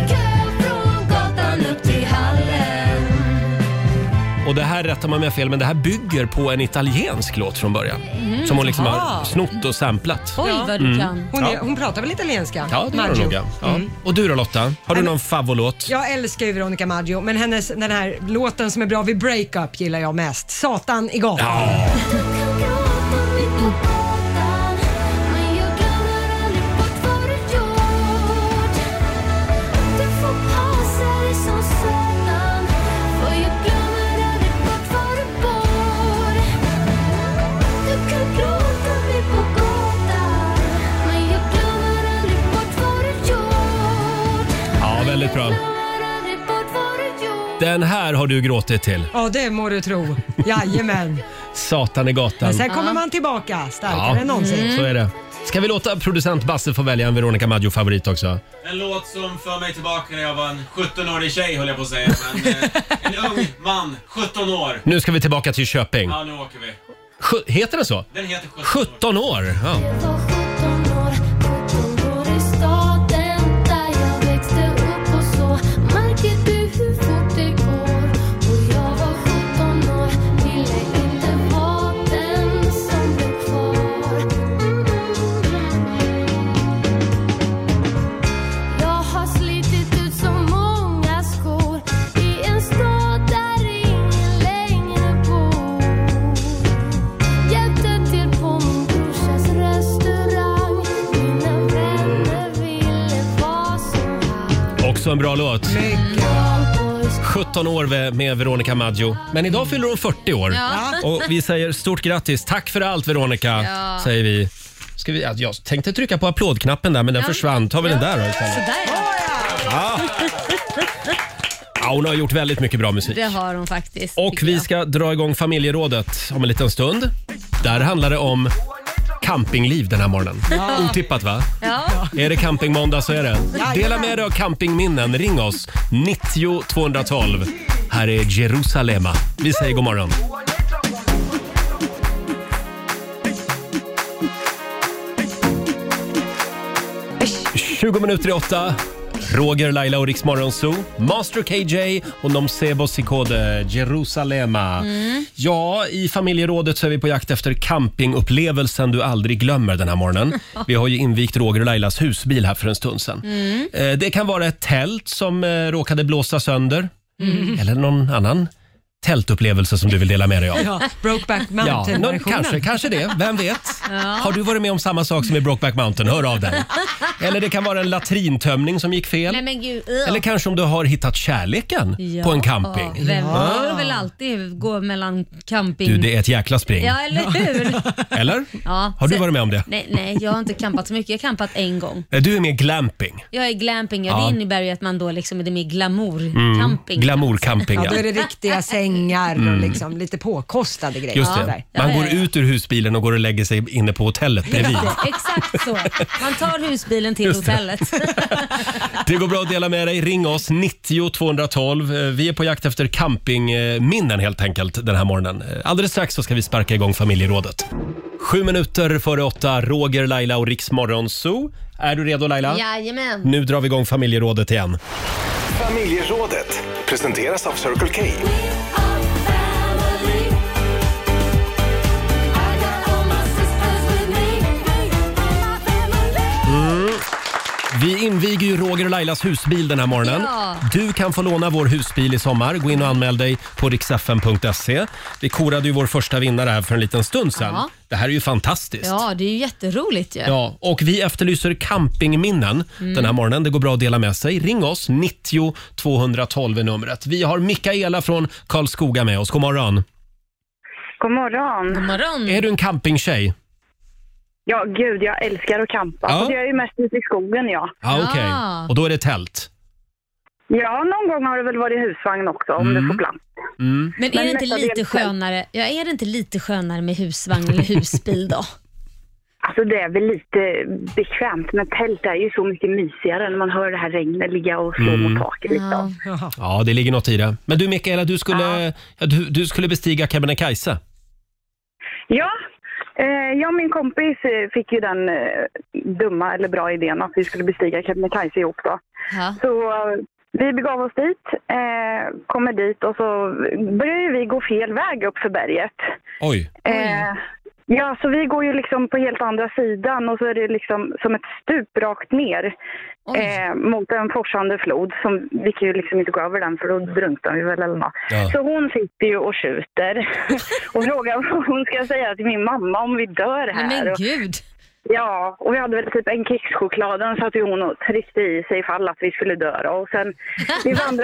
Och det här, rättar man mig fel, men det här bygger på en italiensk låt från början. Som hon liksom har snott och samplat.
Oj, vad du kan.
Hon pratar väl italienska?
Ja, det gör hon nog. Ja. Och du då Lotta? Har du någon favoritlåt?
Jag älskar ju Veronica Maggio, men den här låten som är bra vid breakup gillar jag mest. Satan i gatan.
Ja. Väldigt bra. Den här har du gråtit till.
Ja, det må du tro. Jajamän.
Satan i gatan.
Men sen kommer man tillbaka starkare än någonsin.
Så är det. Ska vi låta producent Basse få välja en Veronica Maggio-favorit också?
En låt som för mig tillbaka när jag var en 17-årig tjej, höll jag på att säga. Men en ung man, 17 år.
Nu ska vi tillbaka till Köping.
Ja, nu åker vi.
Heter det så?
Den heter
17 år. Ja.
Market
också en bra låt. 17 år med Veronica Maggio. Men idag fyller hon 40 år. Och vi säger stort grattis. Tack för allt Veronica, säger vi. Jag tänkte trycka på applådknappen där, men den försvann. Ta väl den där då istället. Hon har gjort väldigt mycket bra musik.
Det har hon faktiskt.
Och vi ska dra igång familjerådet om en liten stund. Där handlar det om campingliv den här morgonen. Otippat va?
Ja.
Är det campingmåndag så är det. Dela med dig av campingminnen. Ring oss 90 212. Här är Jerusalema. Vi säger god morgon. 20 minuter i 8. Roger, Laila och Rix Morgon Zoo. Master KJ och Nomsebo Sikode, Jerusalema. Ja, i familjerådet så är vi på jakt efter campingupplevelsen du aldrig glömmer den här morgonen. Vi har ju invigt Roger och Lailas husbil här för en stund sedan. Det kan vara ett tält som råkade blåsa sönder. Eller någon annan tältupplevelse som du vill dela med dig av.
Ja, Brokeback Mountain.
Kanske det, vem vet? Har du varit med om samma sak som i Brokeback Mountain? Hör av dig. Eller det kan vara en latrintömning som gick fel.
Nej, men gud,
eller kanske om du har hittat kärleken på en camping.
Vem vill väl alltid gå mellan camping...
Du, det är ett jäkla spring.
Ja, eller hur?
Eller?
Ja.
Har du varit med om det?
Nej, jag har inte campat så mycket. Jag har campat en gång.
Du är mer glamping.
Jag är glamping. Det innebär ju att man då liksom är det mer glamour-camping.
Glamour-camping,
ja. Då är det riktiga sängar och liksom lite påkostade grejer.
Just det. Man går ut ur husbilen och går och lägger sig inne på hotellet bredvid.
Exakt så. Man tar husbilen till hotellet.
Det går bra att dela med dig. Ring oss 90 212. Vi är på jakt efter campingminnen helt enkelt den här morgonen. Alldeles strax så ska vi sparka igång familjerådet. 7 minuter före 8. Roger, Laila och Rix Morgon Zoo. Är du redo Laila?
Jajamän.
Nu drar vi igång familjerådet igen.
Familjerådet presenteras av Circle K.
Vi inviger ju Roger och Lailas husbil den här morgonen.
Ja.
Du kan få låna vår husbil i sommar. Gå in och anmäl dig på riksfn.se. Vi korade ju vår första vinnare här för en liten stund sedan.
Ja.
Det här är ju fantastiskt.
Ja, det är ju jätteroligt ju.
Ja, och vi efterlyser campingminnen den här morgonen. Det går bra att dela med sig. Ring oss, 90 212 är numret. Vi har Mikaela från Karlskoga med oss. God morgon.
God morgon.
God morgon.
Är du en campingtjej?
Ja, gud, jag älskar att campa.
Ja.
Och jag är ju mest ute i skogen, ja.
Ja, okej.
Ah.
Och då är det tält?
Ja, någon gång har det väl varit husvagn också, om det får plats.
Men är det inte lite skönare? Ja, är det inte lite skönare med husvagn eller husbil då?
Alltså det är väl lite bekvämt, men tält är ju så mycket mysigare när man hör det här regnet ligga och slå mot taket. Liksom.
Ja, det ligger något i det. Men du Mikaela, du skulle bestiga Kebnekaise.
Ja. Jag och min kompis fick ju den dumma eller bra idén att vi skulle bestiga Kebnekaise ihop då.
Ja.
Så vi begav oss dit, kommer dit och så börjar ju vi gå fel väg upp för berget.
Oj.
Ja, så vi går ju liksom på helt andra sidan och så är det liksom som ett stup rakt ner mot en forsande flod. Vi kan ju liksom inte gå över den för då drunknar vi väl eller något. Ja. Så hon sitter ju och skjuter och frågar vad hon ska säga till min mamma om vi dör här.
Men gud!
Ja, och vi hade väl typ en kexchoklad, den satt ju hon och tryckte i sig ifall att vi skulle dö. Och sen vi vandrar.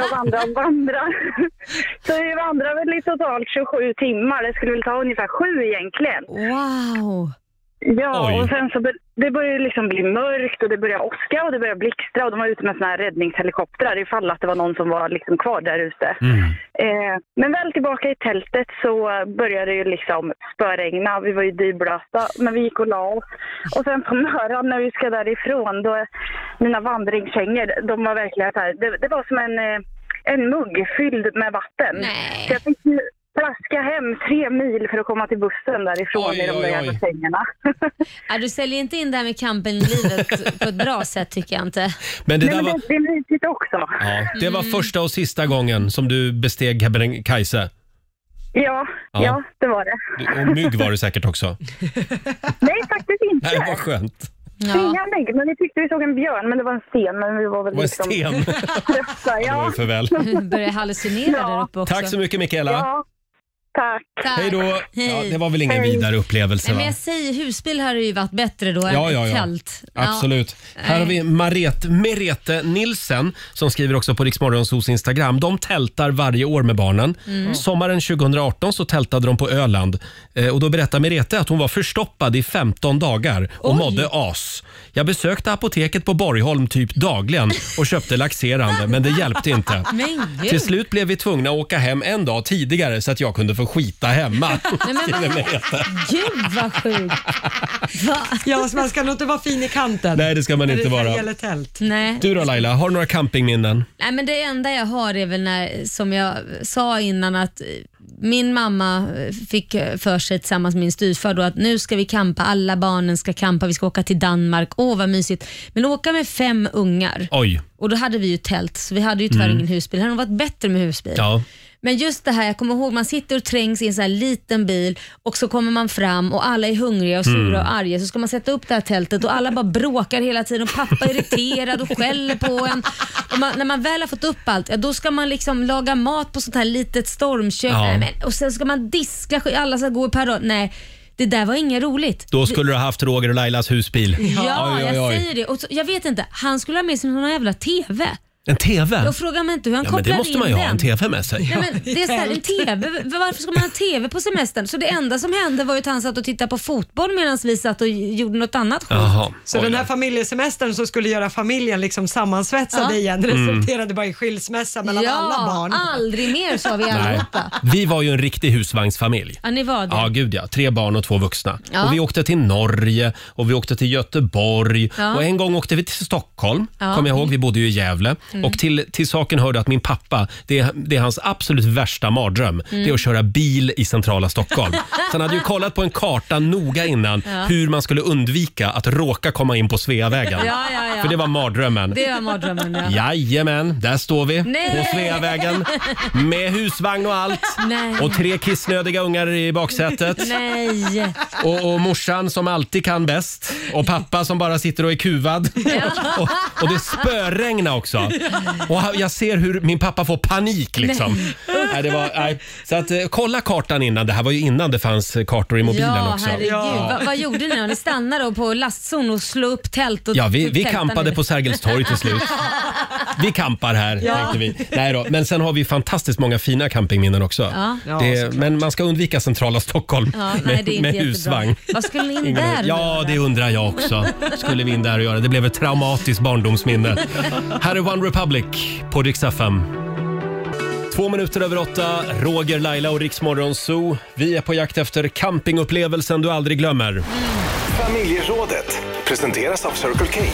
Så vi vandrar väl i totalt 27 timmar. Det skulle väl ta ungefär 7 egentligen.
Wow!
Ja, och sen så det började liksom bli mörkt och det började åska och det började blixtra och de var ute med såna här räddningshelikoptrar ifall att det var någon som var liksom kvar där ute. Men väl tillbaka i tältet så började det ju liksom spöregna. Vi var ju dyblösa, men vi gick och la oss. Och sen på morgonen när vi ska därifrån, då mina vandringskängor, de var verkligen så här, det var som en mugg fylld med vatten.
Nej.
Så jag fick plaska hem 3 mil för att komma till bussen därifrån i de där jävla sängarna.
Du säljer inte in det här med campenglivet på ett bra sätt tycker jag inte.
Men det
Nej,
där
men
var...
det är mysigt också.
Ja, det var första och sista gången som du besteg Kebnekaise.
Ja, det var det.
Och mygg var det säkert också.
Nej, faktiskt inte.
Nej, vad skönt.
Inga mygg, men vi tyckte vi såg en björn, men det var en sten. Men vi var väl liksom trötta.
Det var för väl.
Börjar hallucinera där uppe också.
Tack så mycket Mikaela.
Ja. Tack.
Hej då.
Hej.
Ja, det var väl ingen vidare upplevelse,
Men
va?
jag säger, husbil hade ju varit bättre då än tält.
Absolut. Här har vi Merete Nilsen som skriver också på Riksmorgonsos Instagram. De tältar varje år med barnen. Sommaren 2018 så tältade de på Öland. Och då berättar Merete att hon var förstoppad i 15 dagar och mådde as. Jag besökte apoteket på Borgholm typ dagligen och köpte laxerande, men det hjälpte inte. Till slut blev vi tvungna att åka hem en dag tidigare så att jag kunde få skita hemma.
Gud vad sjukt.
Ja, så man ska nog inte vara fin i kanten.
Nej, det ska man inte vara.
Det gäller tält.
Nej.
Du då Laila, har du några campingminnen?
Nej, men det enda jag har är väl när, som jag sa innan, att min mamma fick för sig tillsammans med min styvfar då att nu ska vi campa, alla barnen ska campa, vi ska åka till Danmark. Åh vad mysigt. Men åka med 5 ungar.
Oj.
Och då hade vi ju tält, så vi hade ju tyvärr ingen husbil. Det hade nog varit bättre med husbil.
Ja.
Men just det här, jag kommer ihåg, man sitter och trängs i en sån här liten bil och så kommer man fram och alla är hungriga och sura och arga, så ska man sätta upp det här tältet och alla bara bråkar hela tiden och pappa är irriterad och skäller på en. Och när man väl har fått upp allt, då ska man liksom laga mat på sånt här litet stormkök. Och sen ska man diska, alla ska gå per rad. Nej, det där var inget roligt.
Då skulle du ha haft Roger och Lailas husbil.
Ja, jag säger det. Och så, jag vet inte, han skulle ha med sig någon jävla TV.
En TV?
Då frågar man inte hur han kopplar in den.
Men det måste man ju ha, en TV med sig.
Nej, men det är så här, en TV. Varför ska man ha en TV på semestern? Så det enda som hände var ju att han satt och tittade på fotboll medan vi satt och gjorde något annat skit.
Så den här familjesemestern som skulle göra familjen liksom sammansvetsade igen resulterade bara i skilsmässa mellan alla barn.
Aldrig mer, sa vi allihopa.
Vi var ju en riktig husvagnsfamilj.
Ja, ni var det.
Ja, gud ja. 3 barn och 2 vuxna. Och vi åkte till Norge och vi åkte till Göteborg. Och en gång åkte vi till Stockholm. Kommer jag ihåg, vi bodde ju i Gävle. Och till saken hörde att min pappa, det är hans absolut värsta mardröm. Det är att köra bil i centrala Stockholm. Så han hade ju kollat på en karta noga innan hur man skulle undvika att råka komma in på Sveavägen. För det var mardrömmen.
Det var mardrömmen, ja.
Jajamän, där står vi på Sveavägen med husvagn och allt.
Nej.
Och 3 kissnödiga ungar i baksätet.
Nej.
Och morsan som alltid kan bäst. Och pappa som bara sitter och är kuvad. Och det spöregnar också. Och jag ser hur min pappa får panik liksom. Nej. Så att kolla kartan innan. Det här var ju innan det fanns kartor i mobilen också.
Herregud. Vad gjorde ni då? Ni stannade då på lastzon och slog upp tält? Och
vi kampade på Sergels torg till slut. Vi kampar här, tänkte vi. Nej då. Men sen har vi fantastiskt många fina campingminnen också. Men man ska undvika centrala Stockholm med husvagn.
Vad skulle ni in där?
Ja, det undrar jag också. Skulle vi in där och göra? Det blev ett traumatiskt barndomsminne. Här är One Republic på Rix FM. 7:02, Roger, Laila och Rix Morgon Zoo. Vi är på jakt efter campingupplevelsen du aldrig glömmer.
Familjerådet presenteras av Circle K.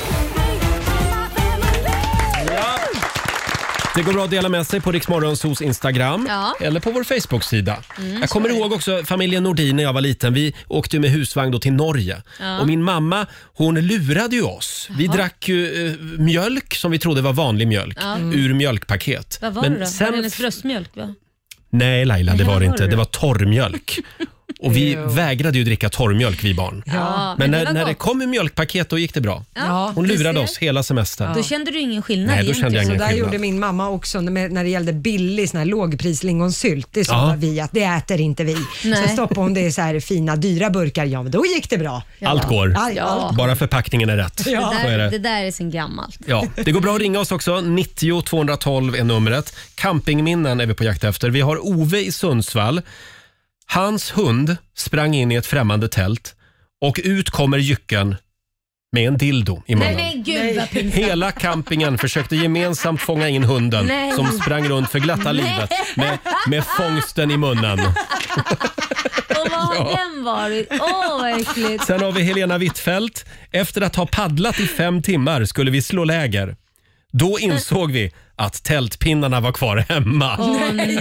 Det går bra att dela med sig på Rix Morgon Zoos Instagram eller på vår Facebook-sida. Jag kommer ihåg också familjen Nordin när jag var liten. Vi åkte med husvagn då till Norge. Och min mamma, hon lurade ju oss. Vi drack ju mjölk som vi trodde var vanlig mjölk ur mjölkpaket.
Vad var det då? Var det hennes bröstmjölk, va?
Nej Laila, det var det inte. Det var torrmjölk. Och vi vägrade ju dricka torrmjölk, vi barn. Men när det kom i mjölkpaket då gick det bra. Hon lurade oss hela semestern.
Då kände du ingen skillnad.
Nej, då kände jag ingen
skillnad.
Så där
gjorde min mamma också när det gällde billig sån här lågprislingonsylt. Det sa vi att det äter inte vi. Så stoppade hon det i så här fina dyra burkar. Ja, men då gick det bra.
Allt går. Bara förpackningen är rätt.
Det där är sin gammalt.
Ja, det går bra att ringa oss också. 90 212 är numret. Campingminnen är vi på jakt efter. Vi har Ove i Sundsvall. Hans hund sprang in i ett främmande tält och ut kommer jycken med en dildo i munnen.
Nej, gud vad pinsamt.
Hela campingen försökte gemensamt fånga in hunden som sprang runt för glatta livet med fångsten i munnen.
Och vad har den varit? Vad äckligt.
Sen har vi Helena Wittfeldt. Efter att ha paddlat i 5 timmar skulle vi slå läger. Då insåg vi att tältpinnarna var kvar hemma.
Nej.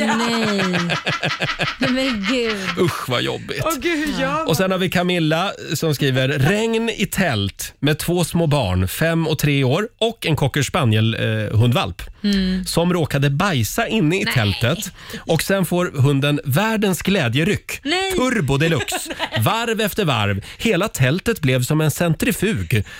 Men gud.
Usch vad jobbigt.
Gud,
och sen har vi Camilla som skriver: regn i tält med 2 små barn, 5 och 3 år och en cocker spaniel hundvalp som råkade bajsa inne i tältet och sen får hunden världens glädjeryck. Turbo deluxe. Varv efter varv. Hela tältet blev som en centrifug.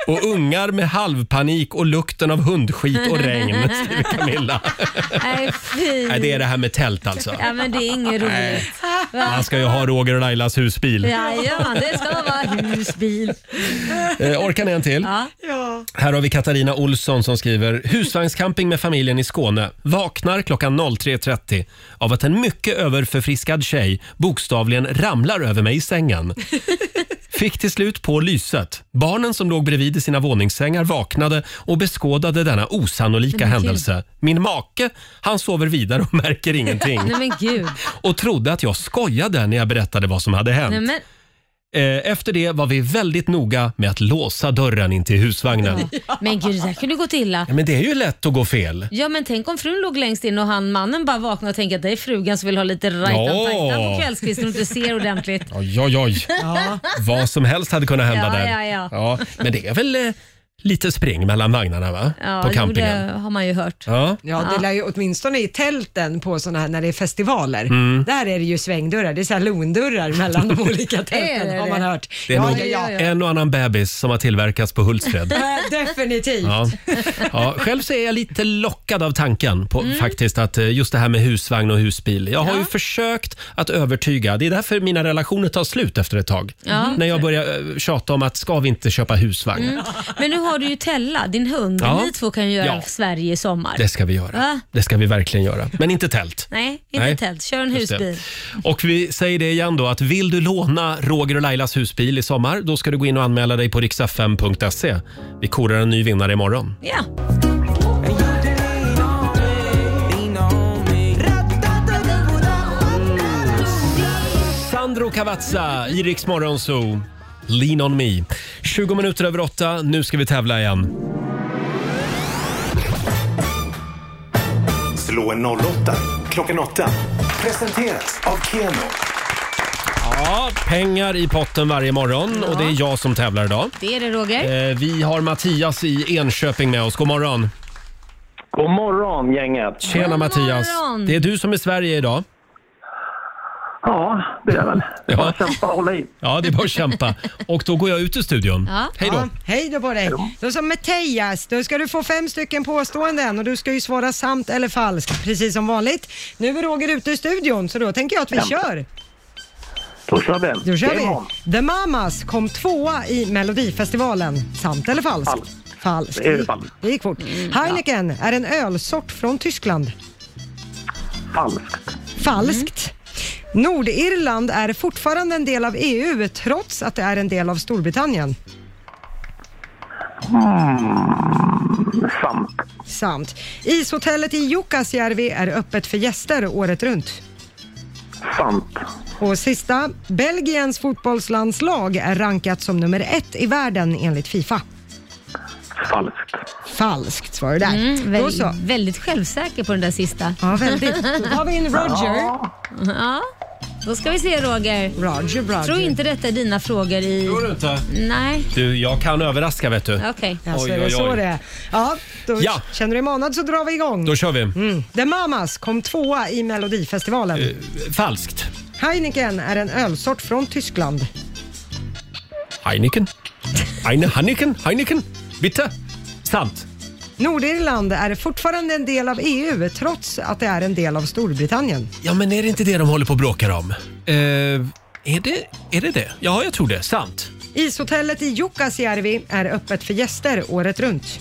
Och ungar med halvpanik och lukten av hundskit och regn, skriver Camilla.
Nej, fy.
Nej, det är det här med tält alltså.
Ja, men det är inget roligt.
Man ska ju ha Roger och Lailas husbil.
Ja, det ska vara husbil.
Orkar ni en till?
Ja.
Här har vi Katarina Olsson som skriver: husvagnscamping med familjen i Skåne. Vaknar klockan 03.30 av att en mycket överförfriskad tjej bokstavligen ramlar över mig i sängen. Fick till slut på lyset. Barnen som låg bredvid i sina våningssängar vaknade och beskådade denna osannolika händelse. Min make, han sover vidare och märker ingenting.
Nej, men gud.
Och trodde att jag skojade när jag berättade vad som hade hänt.
Nej, men...
Efter det var vi väldigt noga med att låsa dörren in till husvagnen.
Men gud, det här kunde gått illa.
Ja, men det är ju lätt att gå fel.
Ja, men tänk om frun låg längst in och mannen bara vaknar och tänker att det är frugan som vill ha lite rajtan-tajtan på kvällskvisten och inte ser ordentligt.
Oj. Ja. Vad som helst hade kunnat hända där. Ja, men det är väl lite spring mellan vagnarna, va?
Ja,
på campingen.
Det har man ju hört.
Ja,
det lär ju åtminstone i tälten på såna här när det är festivaler. Där är det ju svängdörrar. Det är så här londörrar mellan de olika tälten har man hört.
Det är nog en och annan bebis som har tillverkats på Hultsfred.
Definitivt.
Ja, själv så är jag lite lockad av tanken på faktiskt att just det här med husvagn och husbil. Jag har ju försökt att övertyga. Det är därför mina relationer tar slut efter ett tag. När jag börjar tjata om att ska vi inte köpa husvagn.
Men nu har du ju Tella, din hund. Ni två kan ju göra Sverige i sommar.
Det ska vi göra.
Va?
Det ska vi verkligen göra. Men inte tält.
Nej, inte tält. Kör en husbil.
Och vi säger det igen då, att vill du låna Roger och Lailas husbil i sommar, då ska du gå in och anmäla dig på riksfm.se. Vi korar en ny vinnare imorgon.
Ja.
Sandro Cavazza i Rix Morgon Zoo. Lean on me. 20 minuter över 8. Nu ska vi tävla igen.
Slå en 08 klockan 8. Presenteras av Keno.
Ja, pengar i potten varje morgon och det är jag som tävlar idag.
Det är det, Roger.
Vi har Mattias i Enköping med oss. God morgon.
God morgon, gänget.
Tjena Mattias. Det är du som är Sverige idag.
Ja, det är väl. Det är bara att kämpa och hålla i.
Ja, det är bara att kämpa. Och då går jag ut ur studion. Hej då.
Hej då på dig. Då som Mattias, då ska du få 5 stycken påståenden och du ska ju svara sant eller falskt, precis som vanligt. Nu är Roger ute ur studion, så då tänker jag att vi kör.
Då kör vi.
The Mamas kom 2:a i Melodifestivalen. Sant eller falskt? Falskt.
Det är falskt.
Det gick fort. Heineken är en ölsort från Tyskland. Falskt. Nordirland är fortfarande en del av EU trots att det är en del av Storbritannien. Sant. Ishotellet i Jukkasjärvi är öppet för gäster året runt.
Sant.
Och sista, Belgiens fotbollslandslag är rankat som nummer 1 i världen enligt FIFA. Falskt svarar det där.
Väldigt självsäker på den där sista.
Ja, väldigt. Då har vi in Roger.
Ja. Då ska vi se, Roger.
Roger.
Tror inte detta är dina frågor i...
Tror du inte?
Nej.
Du, jag kan överraska, vet du.
Okej.
Alltså, är det så det är? Ja, då känner du dig manad så drar vi igång.
Då kör vi.
The Mamas kom 2:a i Melodifestivalen.
Falskt.
Heineken är en ölsort från Tyskland.
Heineken? Bitte? Sant.
Nordirland är fortfarande en del av EU trots att det är en del av Storbritannien.
Ja, men är det inte det de håller på och bråkar om? Är det? Ja, jag tror det. Sant.
Ishotellet i Jukkasjärvi är öppet för gäster året runt.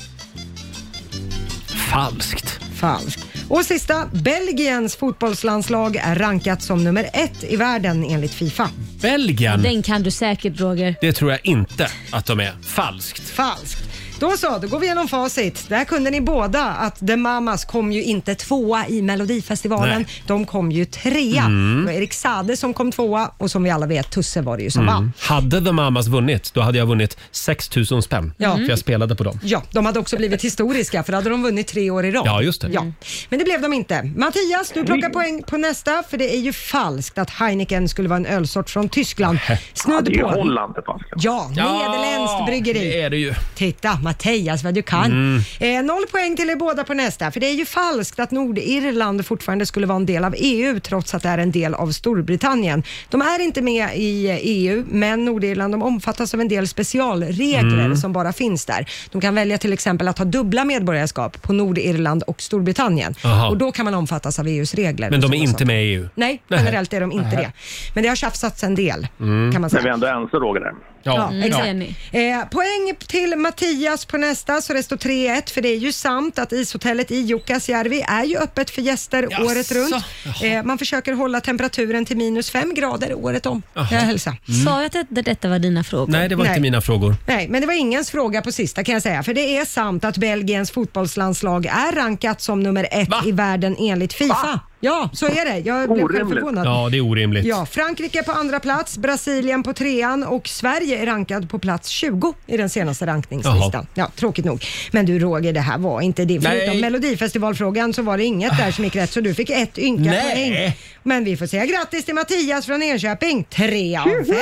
Falskt.
Och sista, Belgiens fotbollslandslag är rankat som nummer 1 i världen enligt FIFA.
Belgien?
Den kan du säkert, Roger.
Det tror jag inte att de är. Falskt.
Då går vi igenom facit. Där kunde ni båda att The Mamas kom ju inte 2:a i Melodifestivalen. Nej. De kom ju 3:a. Det var Erik Saade som kom 2:a och som vi alla vet, Tusse var det ju som vann.
Hade The Mamas vunnit, då hade jag vunnit 6 000 spänn. För jag spelade på dem.
Ja, de hade också blivit historiska för hade de vunnit 3 år i rad.
Ja, just det.
Ja. Men det blev de inte. Mattias, du plockar poäng på nästa, för det är ju falskt att Heineken skulle vara en ölsort från Tyskland. Snudd
det är ju
på.
Holland det falskt.
Ja, nederländskt bryggeri.
Det är det ju.
Titta, Mattias vad du kan. 0 poäng till er båda på nästa, för det är ju falskt att Nordirland fortfarande skulle vara en del av EU trots att det är en del av Storbritannien. De är inte med i EU, men Nordirland de omfattas av en del specialregler som bara finns där. De kan välja till exempel att ha dubbla medborgarskap på Nordirland och Storbritannien.
Aha.
Och då kan man omfattas av EUs regler.
Men de är inte med i EU?
Nej, generellt är de inte det. Men det har tjafsats en del, kan man säga.
Men vi är ändå ense, Roger, där.
Ja, exakt. Poäng till Mattias på nästa, så det står 3-1, för det är ju sant att ishotellet i Jukkasjärvi är ju öppet för gäster året runt. Man försöker hålla temperaturen till -5 grader året om. Jag hälsa.
Sa jag att detta var dina frågor?
Nej, det var inte mina frågor.
Nej, men det var ingens fråga på sista kan jag säga, för det är sant att Belgiens fotbollslandslag är rankat som nummer 1 i världen enligt FIFA. Ja, så är det. Jag blev själv förvånad.
Ja, det är orimligt.
Ja, Frankrike på andra plats, Brasilien på 3:an och Sverige är rankad på plats 20 i den senaste rankningslistan. Ja, tråkigt nog. Men du Roger, det här var inte det. Förutom Melodifestivalfrågan så var det inget där som gick rätt, så du fick 1 ynka poäng. Men vi får säga grattis till Mattias från Enköping. 3 av 5.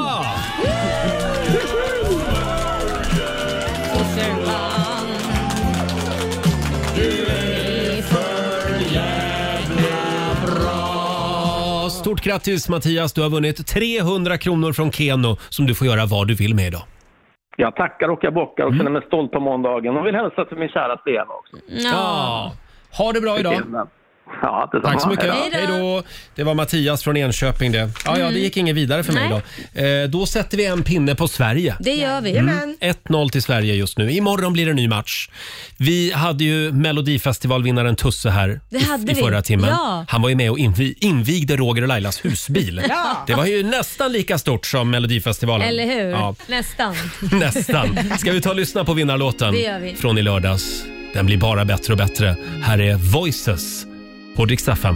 Stort grattis Mattias, du har vunnit 300 kronor från Keno som du får göra vad du vill med idag.
Jag tackar och jag bockar och känner mig stolt på måndagen och vill hälsa till min kära Sten också.
Ja. Ha det bra idag.
Ja,
tack så mycket. Hej då. Det var Mattias från Enköping det. Ja, det gick inget vidare för mig då. Då sätter vi en pinne på Sverige.
Det gör vi.
1-0 till Sverige just nu. Imorgon blir det en ny match. Vi hade ju Melodifestivalvinnaren Tusse här i förra timmen. Ja. Han var ju med och invigde Roger och Lailas husbil.
Ja.
Det var ju nästan lika stort som Melodifestivalen.
Eller hur?
Ja.
Nästan.
Ska vi ta och lyssna på vinnarlåten?
Det gör vi.
Från i lördags. Den blir bara bättre och bättre. Här är Voices på Rix FM.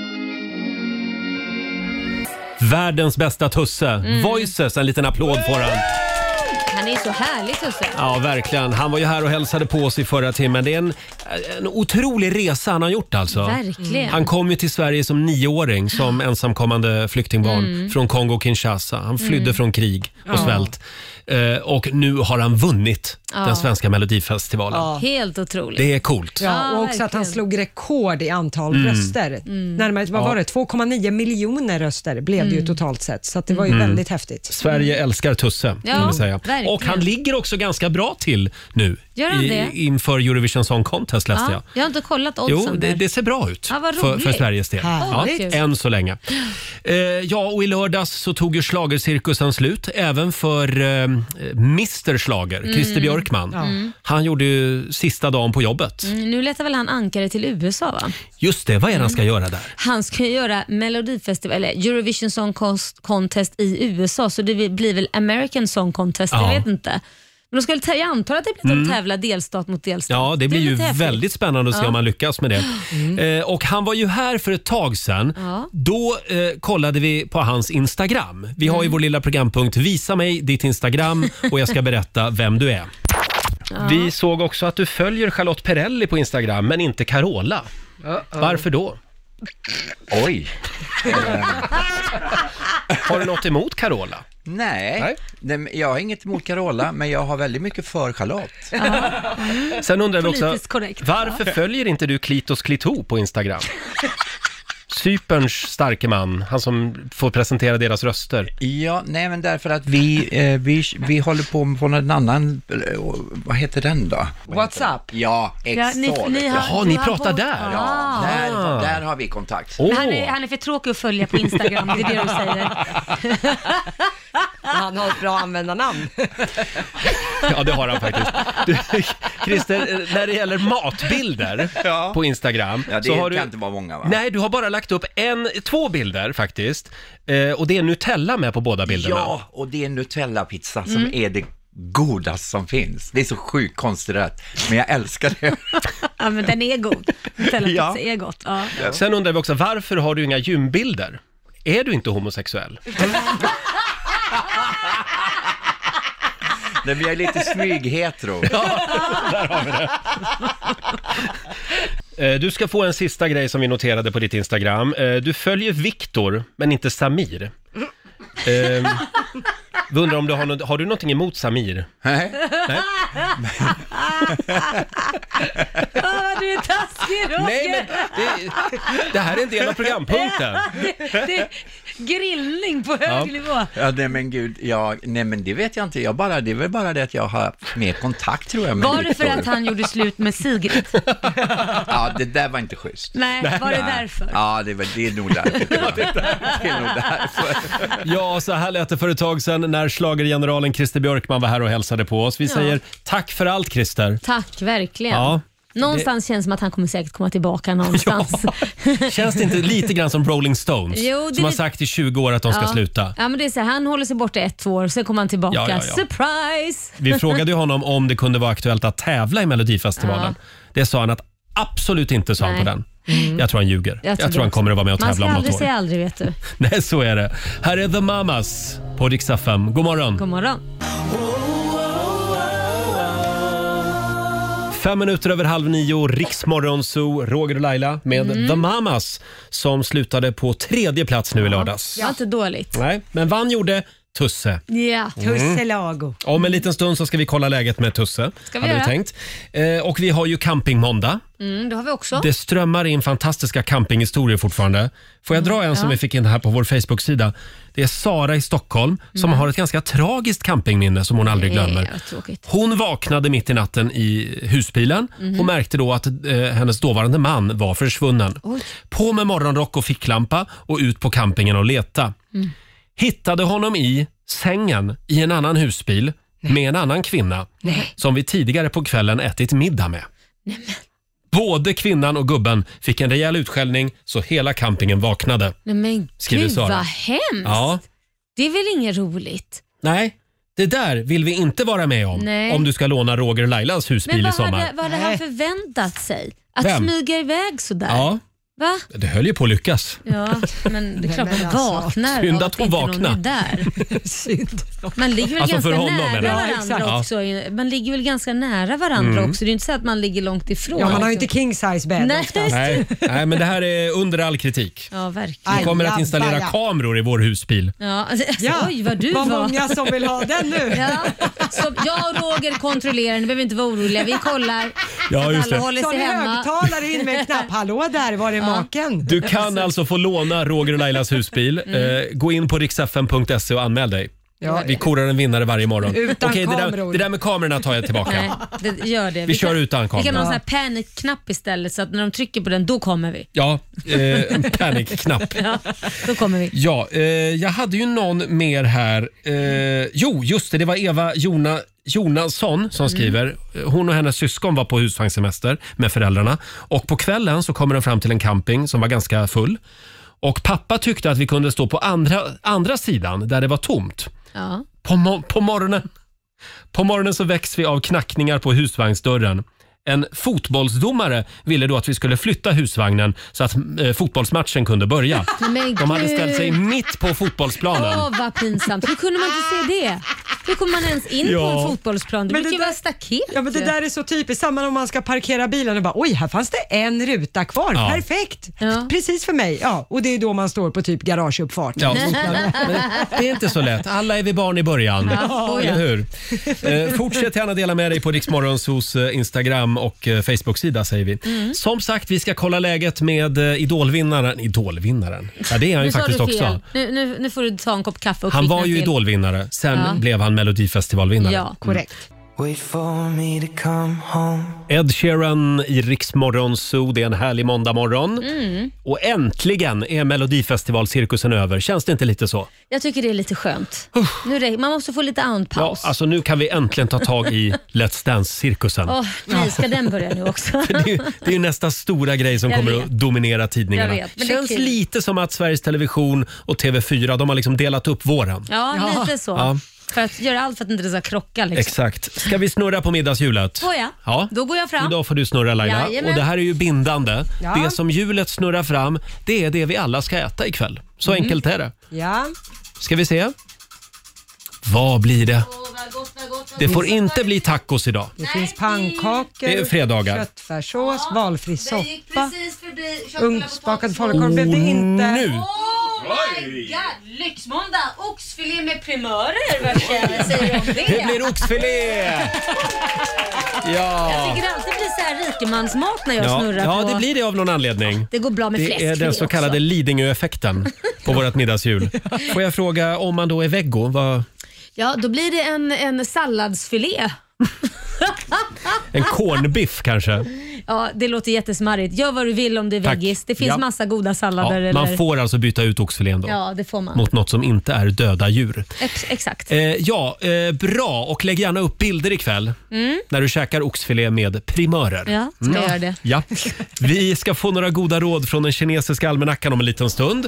Världens bästa Tusse. Voices, en liten applåd får han.
Han är så härlig Tusse.
Ja, verkligen. Han var ju här och hälsade på oss i förra timmen. Det är en otrolig resa han har gjort alltså.
Verkligen.
Han kom ju till Sverige som 9-åring som ensamkommande flyktingbarn från Kongo-Kinshasa. Han flydde från krig och svält. Och nu har han vunnit den svenska Melodifestivalen.
Ja. Helt otroligt.
Det är coolt.
Ja, och också
verkligen.
att han slog rekord i antal röster. Närmare, vad var det? 2,9 miljoner röster blev det ju totalt sett. Så att det var ju väldigt häftigt.
Sverige älskar Tusse, kan vi säga.
Verkligen.
Och han ligger också ganska bra till nu.
Gör han det?
Inför Eurovision Song Contest läste jag.
Jag har inte kollat oddsen.
Jo, det ser bra ut för Sveriges del. Än så länge. Och i lördags så tog ju schlagercirkusen slut även för Mr. Schlager, Christer Björkman. Han gjorde ju sista dagen på jobbet.
Nu letar väl han ankare till USA va?
Just det, vad är det han ska göra där?
Han ska göra Melodifestival eller Eurovision Song Contest i USA, så det blir väl American Song Contest, jag vet inte. Men jag antar att det blir att tävla delstat mot delstat.
Ja, det blir ju väldigt spännande att se om man lyckas med det. Och han var ju här för ett tag sedan. Då kollade vi på hans Instagram. Vi har ju vår lilla programpunkt Visa mig ditt Instagram och jag ska berätta vem du är. Vi såg också att du följer Charlotte Perrelli på Instagram men inte Carola. Varför då?
Oj.
Har du något emot Carola?
Nej, jag har inget emot Carola, men jag har väldigt mycket för Charlotte.
Sen undrar vi också,
korrekt.
Varför följer inte du Klitos Klito på Instagram? Cyperns starke man, han som får presentera deras röster.
Ja, nej men därför att vi håller på en annan, vad heter den då?
WhatsApp?
Ja, exakt.
Ni pratar där?
Ja, där har vi kontakt.
Han är för tråkig att följa på Instagram, det är det du säger.
Han har ett bra användarnamn.
Ja, det har han faktiskt. Du, Christer, när det gäller matbilder på Instagram
så har du inte vara många va?
Nej, du har bara lagt upp 2 bilder faktiskt. Och det är Nutella med på båda bilderna.
Ja, och det är Nutella-pizza som är det godaste som finns. Det är så sjukt konstigt rätt, men jag älskar det.
Ja, men den är god. Nutella-pizza är gott. Ja.
Sen undrar vi också, varför har du inga gymbilder? Är du inte homosexuell?
Nej, men jag är lite smyghetero.
Ja, där har vi det. Du ska få en sista grej som vi noterade på ditt Instagram. Du följer Viktor, men inte Samir. Vi undrar om du har du någonting emot Samir?
Nej.
Du är taskig, Roger.
Nej, men det här är en del av programpunkten.
Det är grillning på hög nivå.
Ja, nej men gud, nej men det vet jag inte. Det är väl bara det att jag har mer kontakt tror jag med
Var det för att han gjorde slut med Sigrid?
Ja, det där var inte schysst.
Nej, var det därför?
Ja, det är nog därför. Det är nog därför.
Ja, så här lät det för ett tag sedan när schlagergeneralen Christer Björkman var här och hälsade på oss. Vi säger tack för allt, Christer.
Tack, verkligen.
Ja.
Någonstans känns som att han kommer säkert komma tillbaka någonstans.
Känns det inte lite grann som Rolling Stones? Som har sagt i 20 år att de ska sluta.
Ja, men det är så här, han håller sig borta 1-2 år, sen kommer han tillbaka. Surprise!
Vi frågade ju honom om det kunde vara aktuellt att tävla i Melodifestivalen. Det sa han att absolut inte, sa han på den. Jag tror han ljuger. Jag tror han kommer att vara med och tävla om något år.
Man ska aldrig säga aldrig, vet du.
Nej, så är det. Här är The Mamas på Rix FM. God morgon.
God morgon.
5 minuter över 8:30, Riksmorgon Zoo, Roger och Laila med The Mamas som slutade på 3:e plats nu i lördags.
Det var inte dåligt.
Nej, men vann gjorde Tusse.
Ja.
Tusse Lago.
Om en liten stund så ska vi kolla läget med Tusse.
Ska vi göra?
Tänkt. Och vi har ju campingmåndag.
Det har vi också.
Det strömmar in fantastiska campinghistorier fortfarande. Får jag dra en som vi fick in här på vår Facebook-sida? Det är Sara i Stockholm som har ett ganska tragiskt campingminne som hon aldrig glömmer. Hon vaknade mitt i natten i husbilen och märkte då att hennes dåvarande man var försvunnen. På med morgonrock och ficklampa och ut på campingen och leta. Hittade honom i sängen i en annan husbil med en annan kvinna som vi tidigare på kvällen ätit middag med. Både kvinnan och gubben fick en rejäl utskällning så hela campingen vaknade.
Nej men gud vad hemskt.
Ja.
Det är väl inget roligt?
Nej, det där vill vi inte vara med om. Om du ska låna Roger och Lailas husbil i sommar.
Vad hade han förväntat sig? Att smyga iväg sådär?
Ja.
Va?
Det höll ju på att lyckas.
Ja, men det är klart man vaknar.
Synd att hon vaknar.
Man ligger väl
alltså
ganska
honom,
nära varandra också. Man ligger väl ganska nära varandra också. Det är inte så att man ligger långt ifrån.
Ja, man har ju inte king size bed oftast.
Nej, men det här är under all kritik.
Ja, verkligen.
Vi kommer att installera kameror i vår husbil.
Ja, oj vad du
var.
Vad
många som vill ha den nu.
Ja. Så jag och Roger kontrollerar, ni behöver inte vara oroliga. Vi kollar
ja, just det.
alla håller sig hemma.
Högtalare in med en knapp. Hallå där, var är maken?
Du kan alltså få låna Roger och Lailas husbil. Gå in på riksfm.se och anmäl dig. Ja. Vi korar en vinnare varje morgon.
Utan
kameror. Det där med kamerorna tar jag tillbaka.
Nej, det gör det.
Vi kör utan kameror.
Vi kan ha en sån här panikknapp istället så att när de trycker på den, då kommer vi.
Ja, en panikknapp.
Ja, då kommer vi.
Ja, jag hade ju någon mer här. Jo, just det var Eva Jonasson som skriver. Hon och hennes syskon var på husvagnssemester med föräldrarna. Och på kvällen så kommer de fram till en camping som var ganska full. Och pappa tyckte att vi kunde stå på andra sidan där det var tomt.
Ja.
På morgonen så väcks vi av knackningar på husvagnsdörren. En fotbollsdomare ville då att vi skulle flytta husvagnen så att fotbollsmatchen kunde börja. De hade ställt sig mitt på fotbollsplanen.
Åh, vad pinsamt. Hur kunde man inte se det? Hur kommer man ens in på en fotbollsplan? Det brukar ju vara staket.
Ja, men det där är så typiskt. Samma om man ska parkera bilen och bara, oj, här fanns det en ruta kvar. Ja. Perfekt. Ja. Precis för mig. Ja, och det är då man står på typ garageuppfart. Ja.
Men det är inte så lätt. Alla är vi barn i början. Ja. Eller hur? Fortsätt gärna dela med dig på Riksmorgonsos Instagram och Facebook-sida säger vi. Som sagt, vi ska kolla läget med idolvinnaren. Ja, det är han ju faktiskt också.
Nu får du ta en kopp kaffe och
han var ju idolvinnare. Sen blev han Melodifestivalvinnare.
Ja, korrekt.
Ed Sheeran i Riksmorgon Zoo. Det är en härlig måndagmorgon. Och äntligen är Melodifestivalcirkusen över. Känns det inte lite så?
Jag tycker det är lite skönt. Man måste få lite andpaus.
Ja, alltså nu kan vi äntligen ta tag i Let's Dance-cirkusen.
Nej, ska den börja nu också?
det är ju nästa stora grej som kommer att dominera tidningarna. Det känns lite som att Sveriges Television och TV4, de har liksom delat upp våren.
Ja, lite så. Ja. För att göra allt för att inte det ska krocka. Liksom.
Exakt. Ska vi snurra på middagshjulet?
Får jag? Ja. Då går jag fram.
Idag får du snurra, Laila.
Jajamän.
Och det här är ju bindande. Ja. Det som hjulet snurrar fram, det är det vi alla ska äta ikväll. Så enkelt är det.
Ja.
Ska vi se? Vad blir det? Det får inte bli tacos idag.
Det finns pannkakor,
det är fredagar.
Köttfärssås, valfri soppa, ugnsbakad falukorv blev det inte.
Nu!
my god, lyxmåndag, oxfilé med primörer, vad säger du om det?
Det blir oxfilé! Ja.
Jag tycker det alltid blir så här rikemansmat när jag snurrar på.
Ja, det blir det av någon anledning.
Det går bra med fläskfilé också.
Det är den så kallade Lidingö-effekten på vårt middagshjul. Får jag fråga, om man då är veggo, vad...
Ja, då blir det en salladsfilé.
En cornbiff kanske?
Ja, det låter jättesmarrigt. Gör vad du vill om det är veggis. Det finns massa goda sallader.
Ja, man får alltså byta ut oxfilén då.
Ja, det får man.
Mot något som inte är döda djur.
Exakt.
Bra, och lägg gärna upp bilder ikväll när du käkar oxfilé med primörer.
Ja, ska jag göra det.
Ja. Vi ska få några goda råd från den kinesiska almanackan om en liten stund.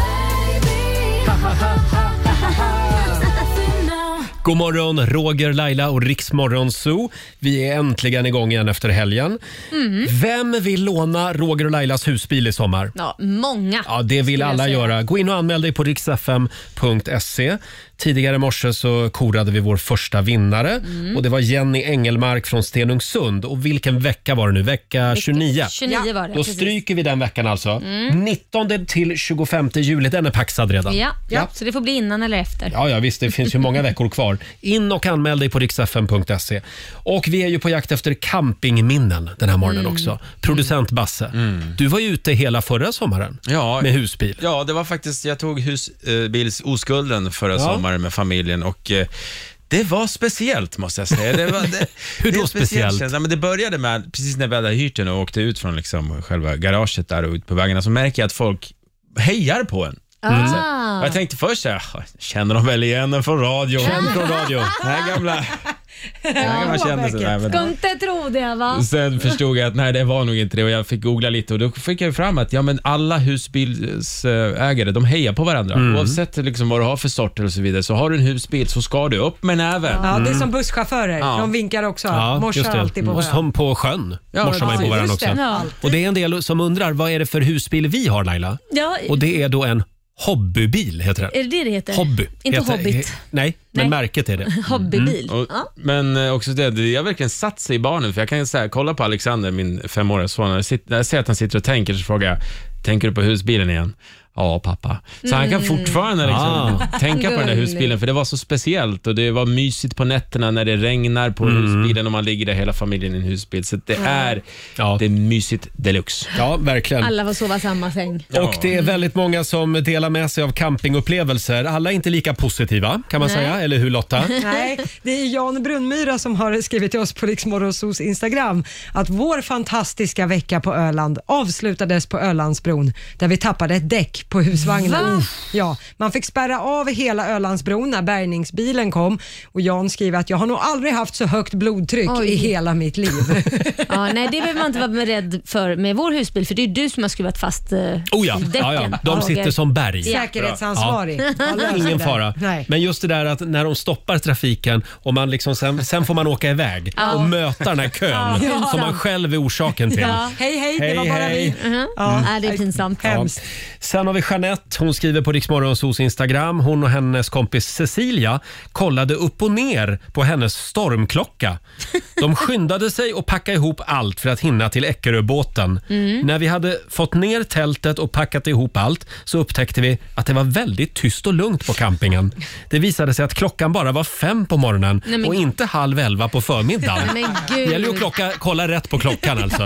God morgon, Roger, Laila och Riksmorgon Zoo. Vi är äntligen igång igen efter helgen. Vem vill låna Roger och Lailas husbil i sommar?
Ja, många.
Ja, det vill alla göra. Gå in och anmäl dig på riksfm.se. Tidigare i morse så korade vi vår första vinnare och det var Jenny Engelmark från Stenungsund. Och vilken vecka var det nu? Vecka 29.
29 var det.
Då stryker vi den veckan alltså. 19 till 25 juli, den är paxad redan.
Ja, så det får bli innan eller efter.
Ja, visst, det finns ju många veckor kvar. In och anmäl dig på riksfm.se. Och vi är ju på jakt efter campingminnen den här morgonen också. Producent Basse, du var ju ute hela förra sommaren med husbil.
Ja, det var faktiskt, jag tog husbilsoskulden förra sommaren med familjen och det var speciellt, måste jag säga.
Hur då speciellt?
Ja, men det började med, precis när vi hade hyrt den och åkte ut från liksom själva garaget där och ut på vägarna, så märker jag att folk hejar på en. Och jag tänkte först, känner de väl igen den från radio?
Känner från radio.
Den här gamla kändisen.
Ska inte tro det, va?
Sen förstod jag att nej, det var nog inte det, och jag fick googla lite och då fick jag fram att men alla husbilsägare, de hejar på varandra. Oavsett liksom vad du har för sort eller så vidare, så har du en husbil så ska du upp med näven.
Ja, det är som busschaufförer. De vinkar också. Morsar alltid på varandra.
Och som på sjön morsar man på varandra också. Och det är en del som undrar, vad är det för husbil vi har, Laila?
Ja.
Och det är då en hobbybil, heter det.
Är det heter?
Hobby.
Inte Hobbit.
Nej, men märket är det.
Hobbybil.
Men också det har verkligen satt sig i barnen, för jag kan säga, kolla på Alexander, min 5-åriga son, när jag ser att han sitter och tänker, så frågar jag, tänker du på husbilen igen? Ja, pappa. Så han kan fortfarande tänka på den där husbilen, för det var så speciellt och det var mysigt på nätterna när det regnar på husbilen och man ligger där hela familjen i en husbil. Så det är mysigt deluxe.
Ja, verkligen.
Alla får sova samma säng.
Och det är väldigt många som delar med sig av campingupplevelser. Alla är inte lika positiva, kan man säga. Eller hur, Lotta?
Nej, det är Jan Brunnmyra som har skrivit till oss på Riksmorgonsos Instagram att vår fantastiska vecka på Öland avslutades på Ölandsbron, där vi tappade ett däck på husvagnen. Ja, man fick spärra av hela Ölandsbron när bärgningsbilen kom, och Jan skriver att jag har nog aldrig haft så högt blodtryck i hela mitt liv.
Nej, det behöver man inte vara rädd för med vår husbil, för det är du som har skruvat fast däcken.
De sitter som berg.
Säkerhetsansvarig.
Ingen fara.
Nej.
Men just det där att när de stoppar trafiken och man liksom sen får man åka iväg och möta den här kön som man själv är orsaken till.
Hej, det var bara vi.
Det är pinsamt.
Sen har vi Jeanette, hon skriver på Riksmorgonsos Instagram. Hon och hennes kompis Cecilia kollade upp och ner på hennes stormklocka. De skyndade sig och packade ihop allt för att hinna till Eckeröbåten. När vi hade fått ner tältet och packat ihop allt så upptäckte vi att det var väldigt tyst och lugnt på campingen. Det visade sig att klockan bara var 5 på morgonen och inte 10:30 på förmiddagen. Det gäller ju att kolla rätt på klockan alltså.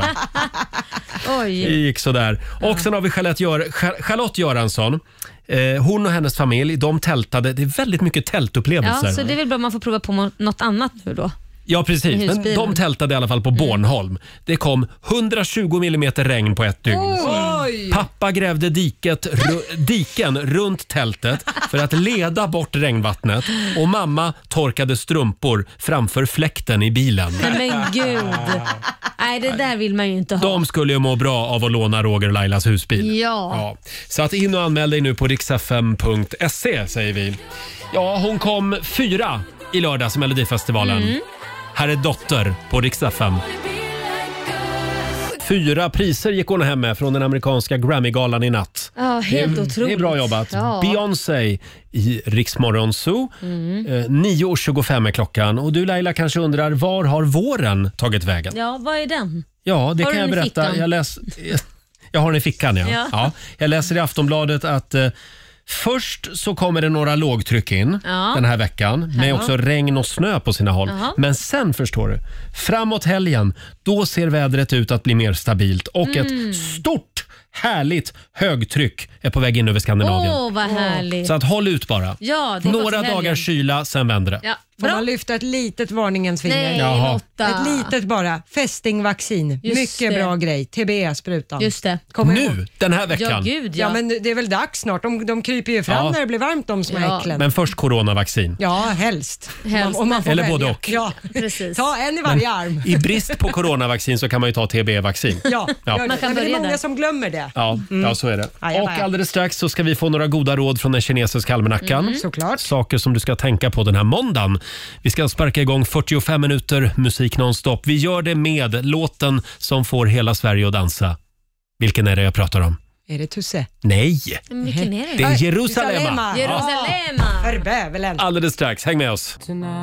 Oj.
Det gick sådär. Och sen har vi Charlotte Göransson. Hon och hennes familj, de tältade. Det är väldigt mycket tältupplevelser.
Ja, så det är väl bra att man får prova på något annat nu då.
Ja, precis. Men de tältade i alla fall på Bornholm. Det kom 120 millimeter regn på ett dygn.
Oj.
Pappa grävde diken runt tältet för att leda bort regnvattnet, och mamma torkade strumpor framför fläkten i bilen.
Men gud. Nej, det där vill man ju inte ha.
De skulle ju må bra av att låna Roger och Lailas husbil.
Ja.
Så att in och anmäl dig nu på riksfm.se, säger vi. Ja, hon kom 4 i lördags i Melodifestivalen. Här är Dotter på Rix FM. 4 priser gick hon hem med från den amerikanska Grammy-galan i natt.
Ja, helt otroligt.
Det är bra jobbat. Ja. Beyoncé i Rix Morgon Zoo. 9:25 är klockan. Och du, Laila, kanske undrar, var har våren tagit vägen?
Ja, vad är den?
Ja, det kan jag berätta. Jag har den i fickan, ja. Jag läser i Aftonbladet att Först så kommer det några lågtryck in den här veckan med också regn och snö på sina håll. Men sen förstår du, framåt helgen, då ser vädret ut att bli mer stabilt och ett stort härligt högtryck är på väg in över Skandinavien.
Vad härligt.
Så att håll ut bara.
Ja, det
några dagar kyla, sen vänder det.
Ja.
Får man lyfta ett litet varningens finger?
Nej,
ett litet bara. Fästingvaccin. Mycket bra grej. TBE-sprutan.
Just det.
Nu, den här veckan.
Ja, gud,
ja, men det är väl dags snart. De kryper ju fram när det blir varmt, de små äcklen.
Men först coronavaccin.
Ja, helst.
Om
man får
eller
välja.
både och.
Ja,
precis.
Ta en i varje arm.
I brist på coronavaccin så kan man ju ta TBE-vaccin.
Ja.
Man kan
det är många
där.
som glömmer det.
Ja, så är det. Och alldeles strax så ska vi få några goda råd från den kinesiska almanackan.
Såklart.
Saker som du ska tänka på den här måndagen. Vi ska sparka igång 45 minuter musik nonstop. Vi gör det med låten som får hela Sverige att dansa. Vilken är det jag pratar om?
Är det Tusse?
Nej,
Vilken är det?
det är Jerusalem.
För bävelen.
Alldeles strax, häng med oss.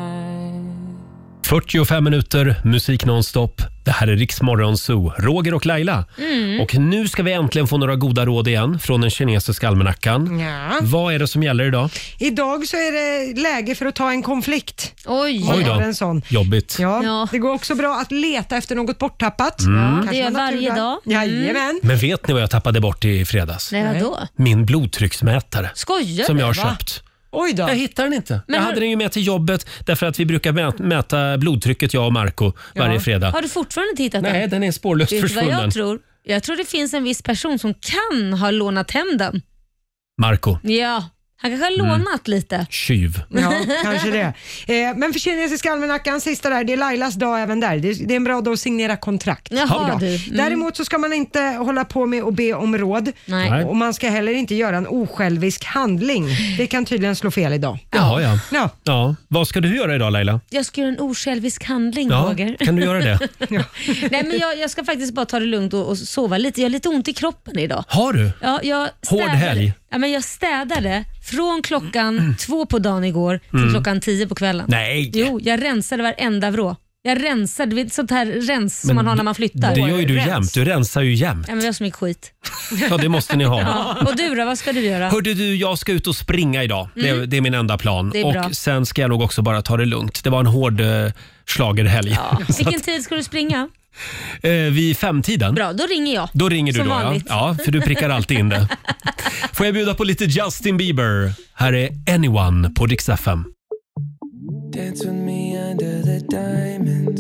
45 minuter musik nonstop. Det här är Rix Morgon Zoo, Roger och Laila. Och nu ska vi äntligen få några goda råd igen från den kinesiska almanackan.
Ja.
Vad är det som gäller idag?
Idag så är det läge för att ta en konflikt.
Oj
då.
En sån.
Jobbigt.
Ja. Det går också bra att leta efter något borttappat.
Det gör varje dag.
Jajamän.
Men vet ni vad jag tappade bort i fredags?
Nej, vadå?
Min blodtrycksmätare.
Skojar
som jag har
du,
köpt.
Oj då.
Jag hittar den inte. Jag hade den ju med till jobbet därför att vi brukar mäta blodtrycket, jag och Marco, varje fredag.
Har du fortfarande inte hittat den?
Nej, den är spårlöst försvunnen.
Vad jag tror? Jag tror det finns en viss person som kan ha lånat hem den.
Marco.
Ja, han kanske har lånat lite.
Tjuv.
Ja, kanske det. Men för kinesiska almanackan, sista där, det är Lailas dag även där. Det är en bra dag att signera kontrakt.
Jaha, du.
Däremot så ska man inte hålla på med att be om råd.
Nej.
Och man ska heller inte göra en osjälvisk handling. Det kan tydligen slå fel idag.
Ja. Vad ska du göra idag, Laila?
Jag ska göra en osjälvisk handling, Roger.
Kan du göra det?
Nej, men jag ska faktiskt bara ta det lugnt och sova lite. Jag har lite ont i kroppen idag.
Har du?
Ja, jag
Hård helg?
Ja, men jag städade från klockan 2 på dagen igår till klockan 10 på kvällen.
Nej!
Jo, jag rensade varenda vrå. Jag rensade, du vet sånt här rens som man har när man flyttar.
Det gör ju du jämt, du rensar ju jämt.
Ja, men vi har så mycket skit.
Ja, det måste ni ha.
Ja. Och du då, vad ska du göra?
Hörde du, jag ska ut och springa idag. Det är min enda plan.
Det är bra.
Och sen ska jag nog också bara ta det lugnt. Det var en hård schlagerhelg.
Ja. Vilken tid ska du springa?
Vid 5-tiden.
Bra, då ringer jag.
Då ringer du
som
då,
vanligt.
ja, för du prickar alltid in det. Får jag bjuda på lite Justin Bieber? Här är Anyone på Rix FM.
Dance with me under the diamonds.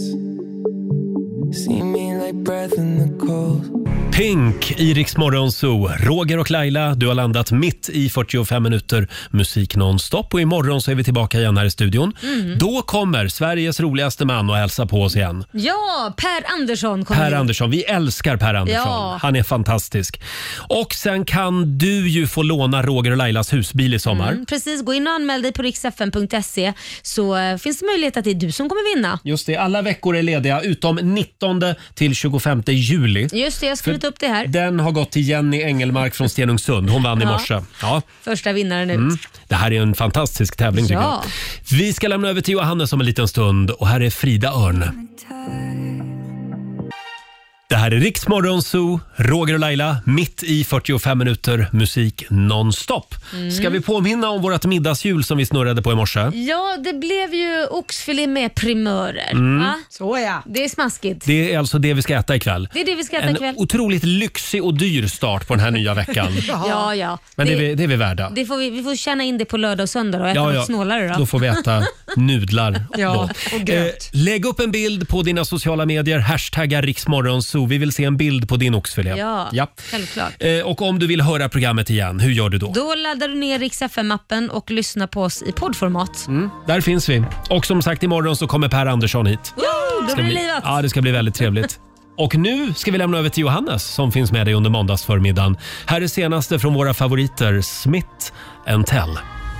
See me like breath in the cold.
Pink i Rix Morgon Zoo. Roger och Laila, du har landat mitt i 45 minuter musik nonstop och imorgon så är vi tillbaka igen här i studion. Då kommer Sveriges roligaste man och hälsa på oss igen.
Ja, Per Andersson kommer.
Per Andersson, vi älskar Per Andersson.
Ja.
Han är fantastisk. Och sen kan du ju få låna Roger och Lailas husbil i sommar.
Precis, gå in och anmäl dig på riksfn.se så finns det möjlighet att det är du som kommer vinna.
Just det, alla veckor är lediga utom 19 till 25 juli.
Just det, jag har skrivit upp det här.
Den har gått till Jenny Engelmark från Stenungsund. Hon vann i morse. Ja.
Första vinnaren ut.
Det här är en fantastisk tävling tycker jag. Vi ska lämna över till Johannes om en liten stund och här är Frida Örn. Det här är Rix Morgon Zoo, Roger och Laila, mitt i 45 minuter musik nonstop. Ska vi påminna om vårt middagshjul som vi snurrade på i morse?
Ja, det blev ju oxfilé med primörer. Va?
Så ja.
Det är smaskigt.
Det är alltså det vi ska äta ikväll.
Det är det vi ska äta
En
ikväll.
otroligt lyxig och dyr start på den här nya veckan.
Ja.
Men det är vi värda.
Det får vi får tjäna in det på lördag och söndag och äta något snålare då.
Då får vi äta nudlar.
Ja, och gröt.
Lägg upp en bild på dina sociala medier, hashtagga Riksmorgonzoo. Vi vill se en bild på din oxfilé.
Ja, självklart.
Och om du vill höra programmet igen, hur gör du då?
Då laddar du ner Rix FM-appen och lyssnar på oss i poddformat.
Där finns vi. Och som sagt, imorgon så kommer Per Andersson hit.
Då blir det livat.
Ja, det ska bli väldigt trevligt. Och nu ska vi lämna över till Johannes som finns med dig under måndagsförmiddagen. Här är senaste från våra favoriter, Smith & Tell.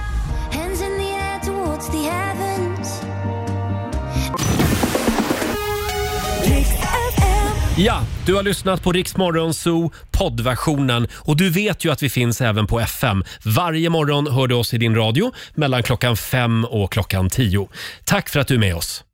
Ja, du har lyssnat på Rix Morgon Zoo poddversionen och du vet ju att vi finns även på FM. Varje morgon hör du oss i din radio mellan klockan 5 och klockan 10. Tack för att du är med oss.